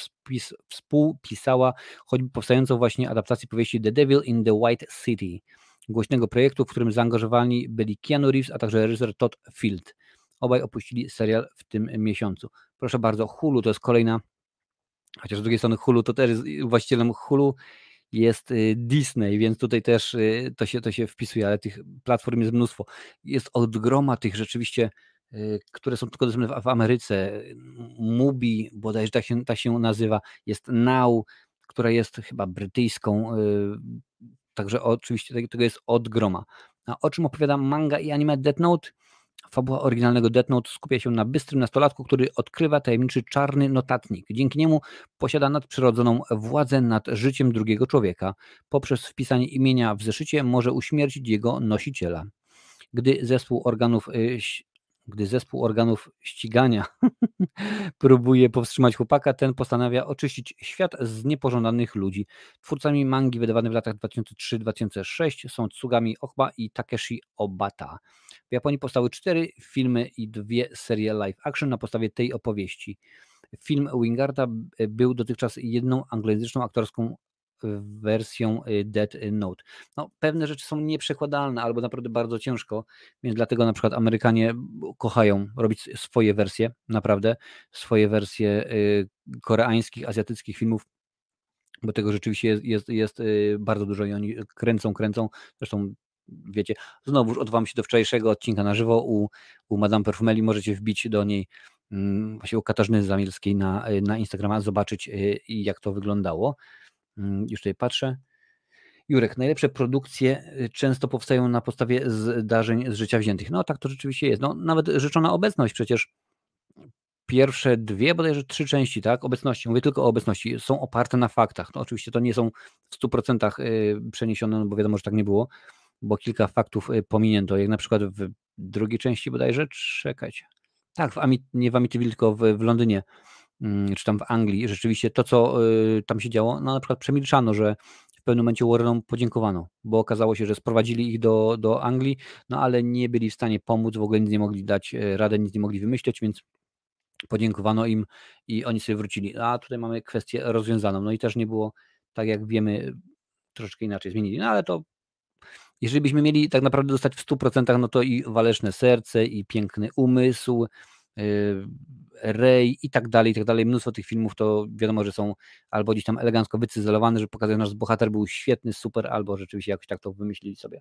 współpisała choćby powstającą właśnie adaptację powieści The Devil in the White City, głośnego projektu, w którym zaangażowani byli Keanu Reeves, a także reżyser Todd Field. Obaj opuścili serial w tym miesiącu. Proszę bardzo, Hulu to jest kolejna, chociaż z drugiej strony Hulu to też właścicielem Hulu jest Disney, więc tutaj też to się wpisuje, ale tych platform jest mnóstwo. Jest od groma tych rzeczywiście, które są tylko dostępne w Ameryce. Mubi, bodajże tak się nazywa. Jest Now, która jest chyba brytyjską, także oczywiście tego jest od groma. A o czym opowiada manga i anime Death Note? Fabuła oryginalnego Death Note skupia się na bystrym nastolatku, który odkrywa tajemniczy czarny notatnik. Dzięki niemu posiada nadprzyrodzoną władzę nad życiem drugiego człowieka. Poprzez wpisanie imienia w zeszycie może uśmiercić jego nosiciela. Gdy zespół organów ścigania próbuje powstrzymać chłopaka, ten postanawia oczyścić świat z niepożądanych ludzi. Twórcami mangi wydawanej w latach 2003-2006 są Tsugami Ohba i Takeshi Obata. W Japonii powstały 4 filmy i 2 serie live action na podstawie tej opowieści. Film Wingarda był dotychczas jedyną anglojęzyczną aktorską wersją Death Note. No, pewne rzeczy są nieprzekładalne albo naprawdę bardzo ciężko, więc dlatego na przykład Amerykanie kochają robić swoje wersje, naprawdę, swoje wersje koreańskich, azjatyckich filmów, bo tego rzeczywiście jest bardzo dużo i oni kręcą. Zresztą wiecie, znowuż odwołam się do wczorajszego odcinka na żywo u Madame Perfumeli, możecie wbić do niej właśnie u Katarzyny Zamielskiej na Instagrama zobaczyć, jak to wyglądało. Już tutaj patrzę. Jurek, najlepsze produkcje często powstają na podstawie zdarzeń z życia wziętych. No tak to rzeczywiście jest. No, nawet Rzeczona obecność przecież pierwsze 2, bodajże 3 części, tak, obecności, mówię tylko o obecności, są oparte na faktach. No oczywiście to nie są w 100% przeniesione, no bo wiadomo, że tak nie było, bo kilka faktów pominięto, jak na przykład w drugiej części bodajże, czekajcie. Tak, nie w Amityville, tylko w Londynie, czy tam w Anglii, rzeczywiście to, co tam się działo, no na przykład przemilczano, że w pewnym momencie Warrenom podziękowano, bo okazało się, że sprowadzili ich do Anglii, no ale nie byli w stanie pomóc, w ogóle nic nie mogli dać radę, nic nie mogli wymyśleć, więc podziękowano im i oni sobie wrócili. A tutaj mamy kwestię rozwiązaną. No i też nie było, tak jak wiemy, troszeczkę inaczej zmienili. No ale to, jeżeli byśmy mieli tak naprawdę dostać w 100%, no to i Waleczne Serce, i Piękny Umysł, Ray i tak dalej, mnóstwo tych filmów to wiadomo, że są albo gdzieś tam elegancko wycyzelowane, że pokazują, że nasz bohater był świetny, super, albo rzeczywiście jakoś tak to wymyślili sobie.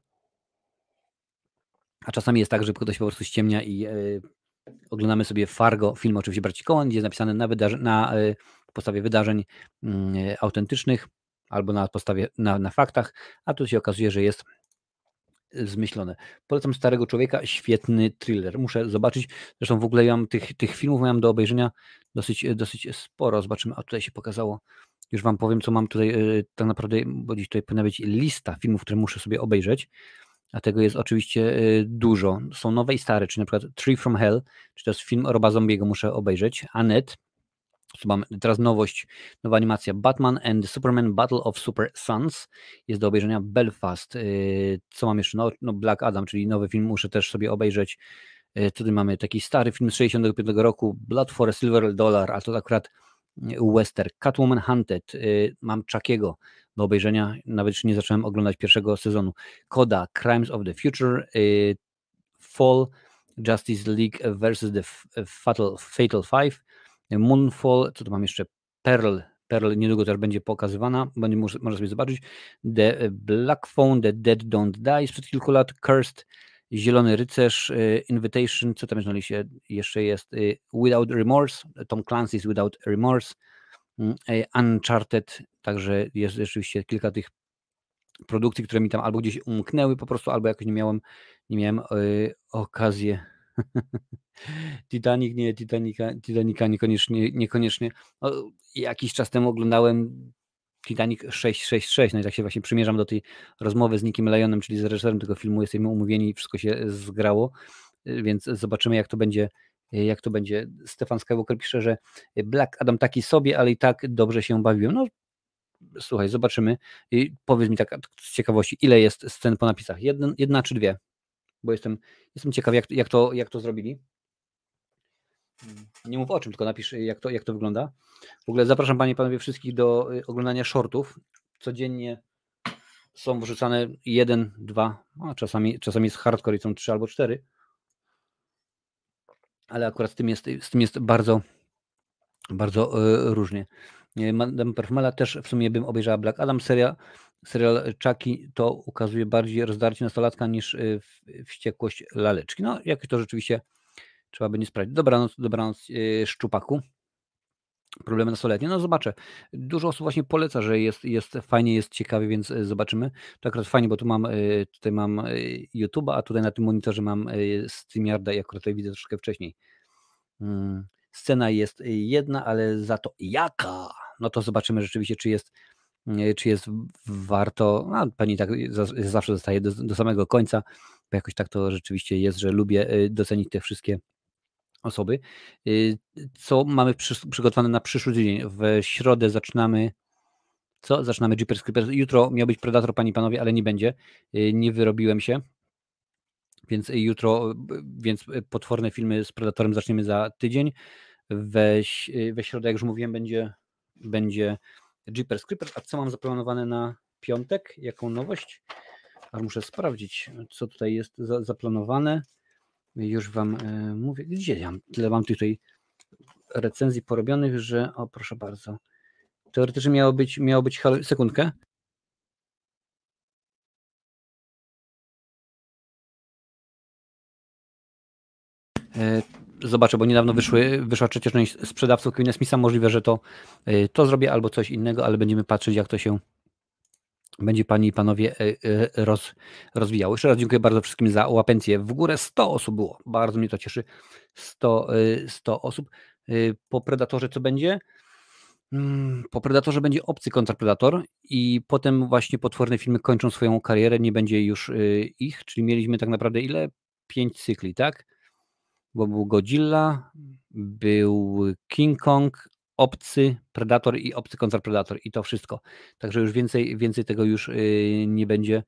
A czasami jest tak, że ktoś po prostu ściemnia i oglądamy sobie Fargo, film oczywiście braci Coen, gdzie jest napisane na podstawie wydarzeń autentycznych albo na faktach, a tu się okazuje, że jest zmyślone. Polecam Starego Człowieka, świetny thriller. Muszę zobaczyć, zresztą w ogóle ja mam tych filmów mam do obejrzenia dosyć sporo. Zobaczymy, a tutaj się pokazało. Już wam powiem, co mam tutaj tak naprawdę, bo dziś tutaj powinna być lista filmów, które muszę sobie obejrzeć. A tego jest oczywiście dużo. Są nowe i stare, czyli na przykład Tree from Hell, czy to jest film Roba Zombiego, muszę obejrzeć. Annette, tu mam teraz nowość, nowa animacja Batman and Superman Battle of Super Sons, jest do obejrzenia. Belfast, co mam jeszcze? No Black Adam, czyli nowy film, muszę też sobie obejrzeć. Tutaj mamy taki stary film z 1965 roku, Blood for a Silver Dollar, a to akurat western. Catwoman Hunted, mam Chuckiego do obejrzenia, nawet jeszcze nie zacząłem oglądać pierwszego sezonu. Koda, Crimes of the Future, Fall, Justice League versus the Fatal Five, Moonfall, co tu mam jeszcze? Pearl niedługo też będzie pokazywana, można sobie zobaczyć. The Black Phone, The Dead Don't Die sprzed kilku lat, Cursed, Zielony Rycerz, Invitation, co tam jeszcze jest? Without Remorse, Tom Clancy's Without Remorse, Uncharted, także jest rzeczywiście kilka tych produkcji, które mi tam albo gdzieś umknęły po prostu, albo jakoś nie miałem okazji. Titanica niekoniecznie. No, jakiś czas temu oglądałem Titanic 666, no i tak się właśnie przymierzam do tej rozmowy z Nickiem Lyonem, czyli z reżyserem tego filmu, jesteśmy umówieni i wszystko się zgrało, więc zobaczymy jak to będzie. Stefan Skywalker pisze, że Black Adam taki sobie, ale i tak dobrze się bawiłem. No słuchaj, zobaczymy. I powiedz mi tak z ciekawości, ile jest scen po napisach? Jedna czy dwie? Bo jestem ciekaw, jak to zrobili. Nie mów o czym, tylko napisz, jak to wygląda. W ogóle zapraszam panie i panowie wszystkich do oglądania shortów. Codziennie są wrzucane 1, 2, a czasami jest hardcore i są 3 albo 4. Ale akurat z tym jest bardzo, bardzo różnie. Madame Perfumela też w sumie bym obejrzała Black Adam. Serial Chucky to ukazuje bardziej rozdarcie nastolatka niż wściekłość laleczki. No, jak to rzeczywiście trzeba będzie sprawdzić. Dobranoc szczupaku. Problemy nastoletnie. No zobaczę. Dużo osób właśnie poleca, że jest fajnie, jest ciekawie, więc zobaczymy. To akurat fajnie, bo tu tutaj mam YouTube'a, a tutaj na tym monitorze mam StreamYarda i akurat tutaj widzę troszkę wcześniej. Scena jest jedna, ale za to jaka? No to zobaczymy rzeczywiście, czy jest warto. No, pewnie tak zawsze zostaje do samego końca, bo jakoś tak to rzeczywiście jest, że lubię docenić te wszystkie osoby. Co mamy przygotowane na przyszły tydzień? W środę zaczynamy. Co? Zaczynamy Jeepers Creepers. Jutro miał być Predator, panie i panowie, ale nie będzie. Nie wyrobiłem się. Więc jutro, potworne filmy z Predatorem zaczniemy za tydzień. We środę, jak już mówiłem, będzie Jeepers Creepers. A co mam zaplanowane na piątek? Jaką nowość? A muszę sprawdzić, co tutaj jest zaplanowane. Już wam mówię. Gdzie ja tyle mam tutaj recenzji porobionych, że o proszę bardzo. Teoretycznie miało być sekundkę. zobaczę, bo niedawno wyszła trzecia część Sprzedawców Kevina Smitha. Możliwe, że to zrobię albo coś innego, ale będziemy patrzeć, jak to się będzie, panie i panowie, rozwijało. Jeszcze raz dziękuję bardzo wszystkim za łapencję w górę. 100 osób było. Bardzo mnie to cieszy. 100 osób. Po Predatorze co będzie? Po Predatorze będzie Obcy kontra Predator i potem właśnie Potworne Filmy kończą swoją karierę, nie będzie już ich, czyli mieliśmy tak naprawdę ile? 5 cykli, tak? Bo był Godzilla, był King Kong, Obcy, Predator i Obcy kontra Predator i to wszystko. Także już więcej tego już nie będzie,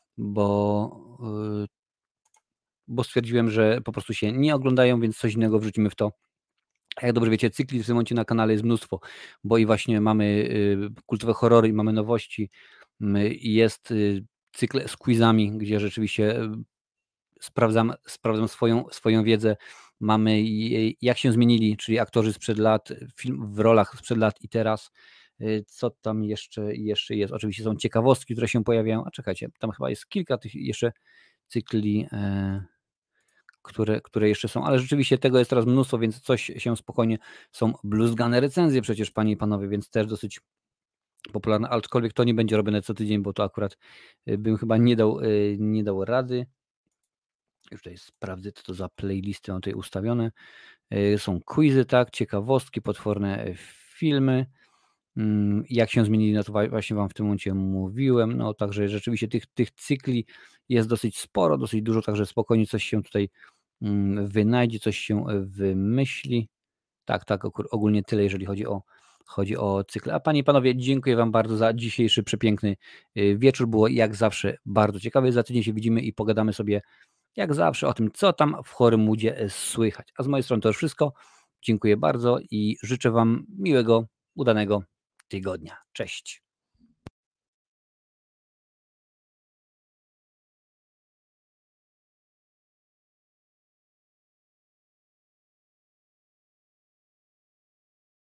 bo stwierdziłem, że po prostu się nie oglądają, więc coś innego wrzucimy w to. A jak dobrze wiecie, cykli w tym momencie na kanale jest mnóstwo, bo i właśnie mamy kultowe horrory i mamy nowości, i jest cykl z quizami, gdzie rzeczywiście sprawdzam swoją wiedzę. Mamy jak się zmienili, czyli aktorzy sprzed lat, film w rolach sprzed lat i teraz. Co tam jeszcze jest? Oczywiście są ciekawostki, które się pojawiają. A czekajcie, tam chyba jest kilka tych jeszcze cykli, które jeszcze są, ale rzeczywiście tego jest teraz mnóstwo, więc coś się spokojnie, są bluzgane recenzje przecież, panie i panowie, więc też dosyć popularne, aczkolwiek to nie będzie robione co tydzień, bo to akurat bym chyba nie dał rady. Już tutaj sprawdzę, co to za playlisty mam tutaj ustawione. Są quizy, tak, ciekawostki, potworne filmy. Jak się zmienili, no to właśnie wam w tym momencie mówiłem. No także rzeczywiście tych cykli jest dosyć sporo, dosyć dużo, także spokojnie coś się tutaj wynajdzie, coś się wymyśli. Tak, ogólnie tyle, jeżeli chodzi o cykle. A panie i panowie, dziękuję wam bardzo za dzisiejszy przepiękny wieczór. Było jak zawsze bardzo ciekawe. Za tydzień się widzimy i pogadamy sobie jak zawsze o tym, co tam w Hollywoodzie słychać. A z mojej strony to już wszystko. Dziękuję bardzo i życzę wam miłego, udanego tygodnia. Cześć.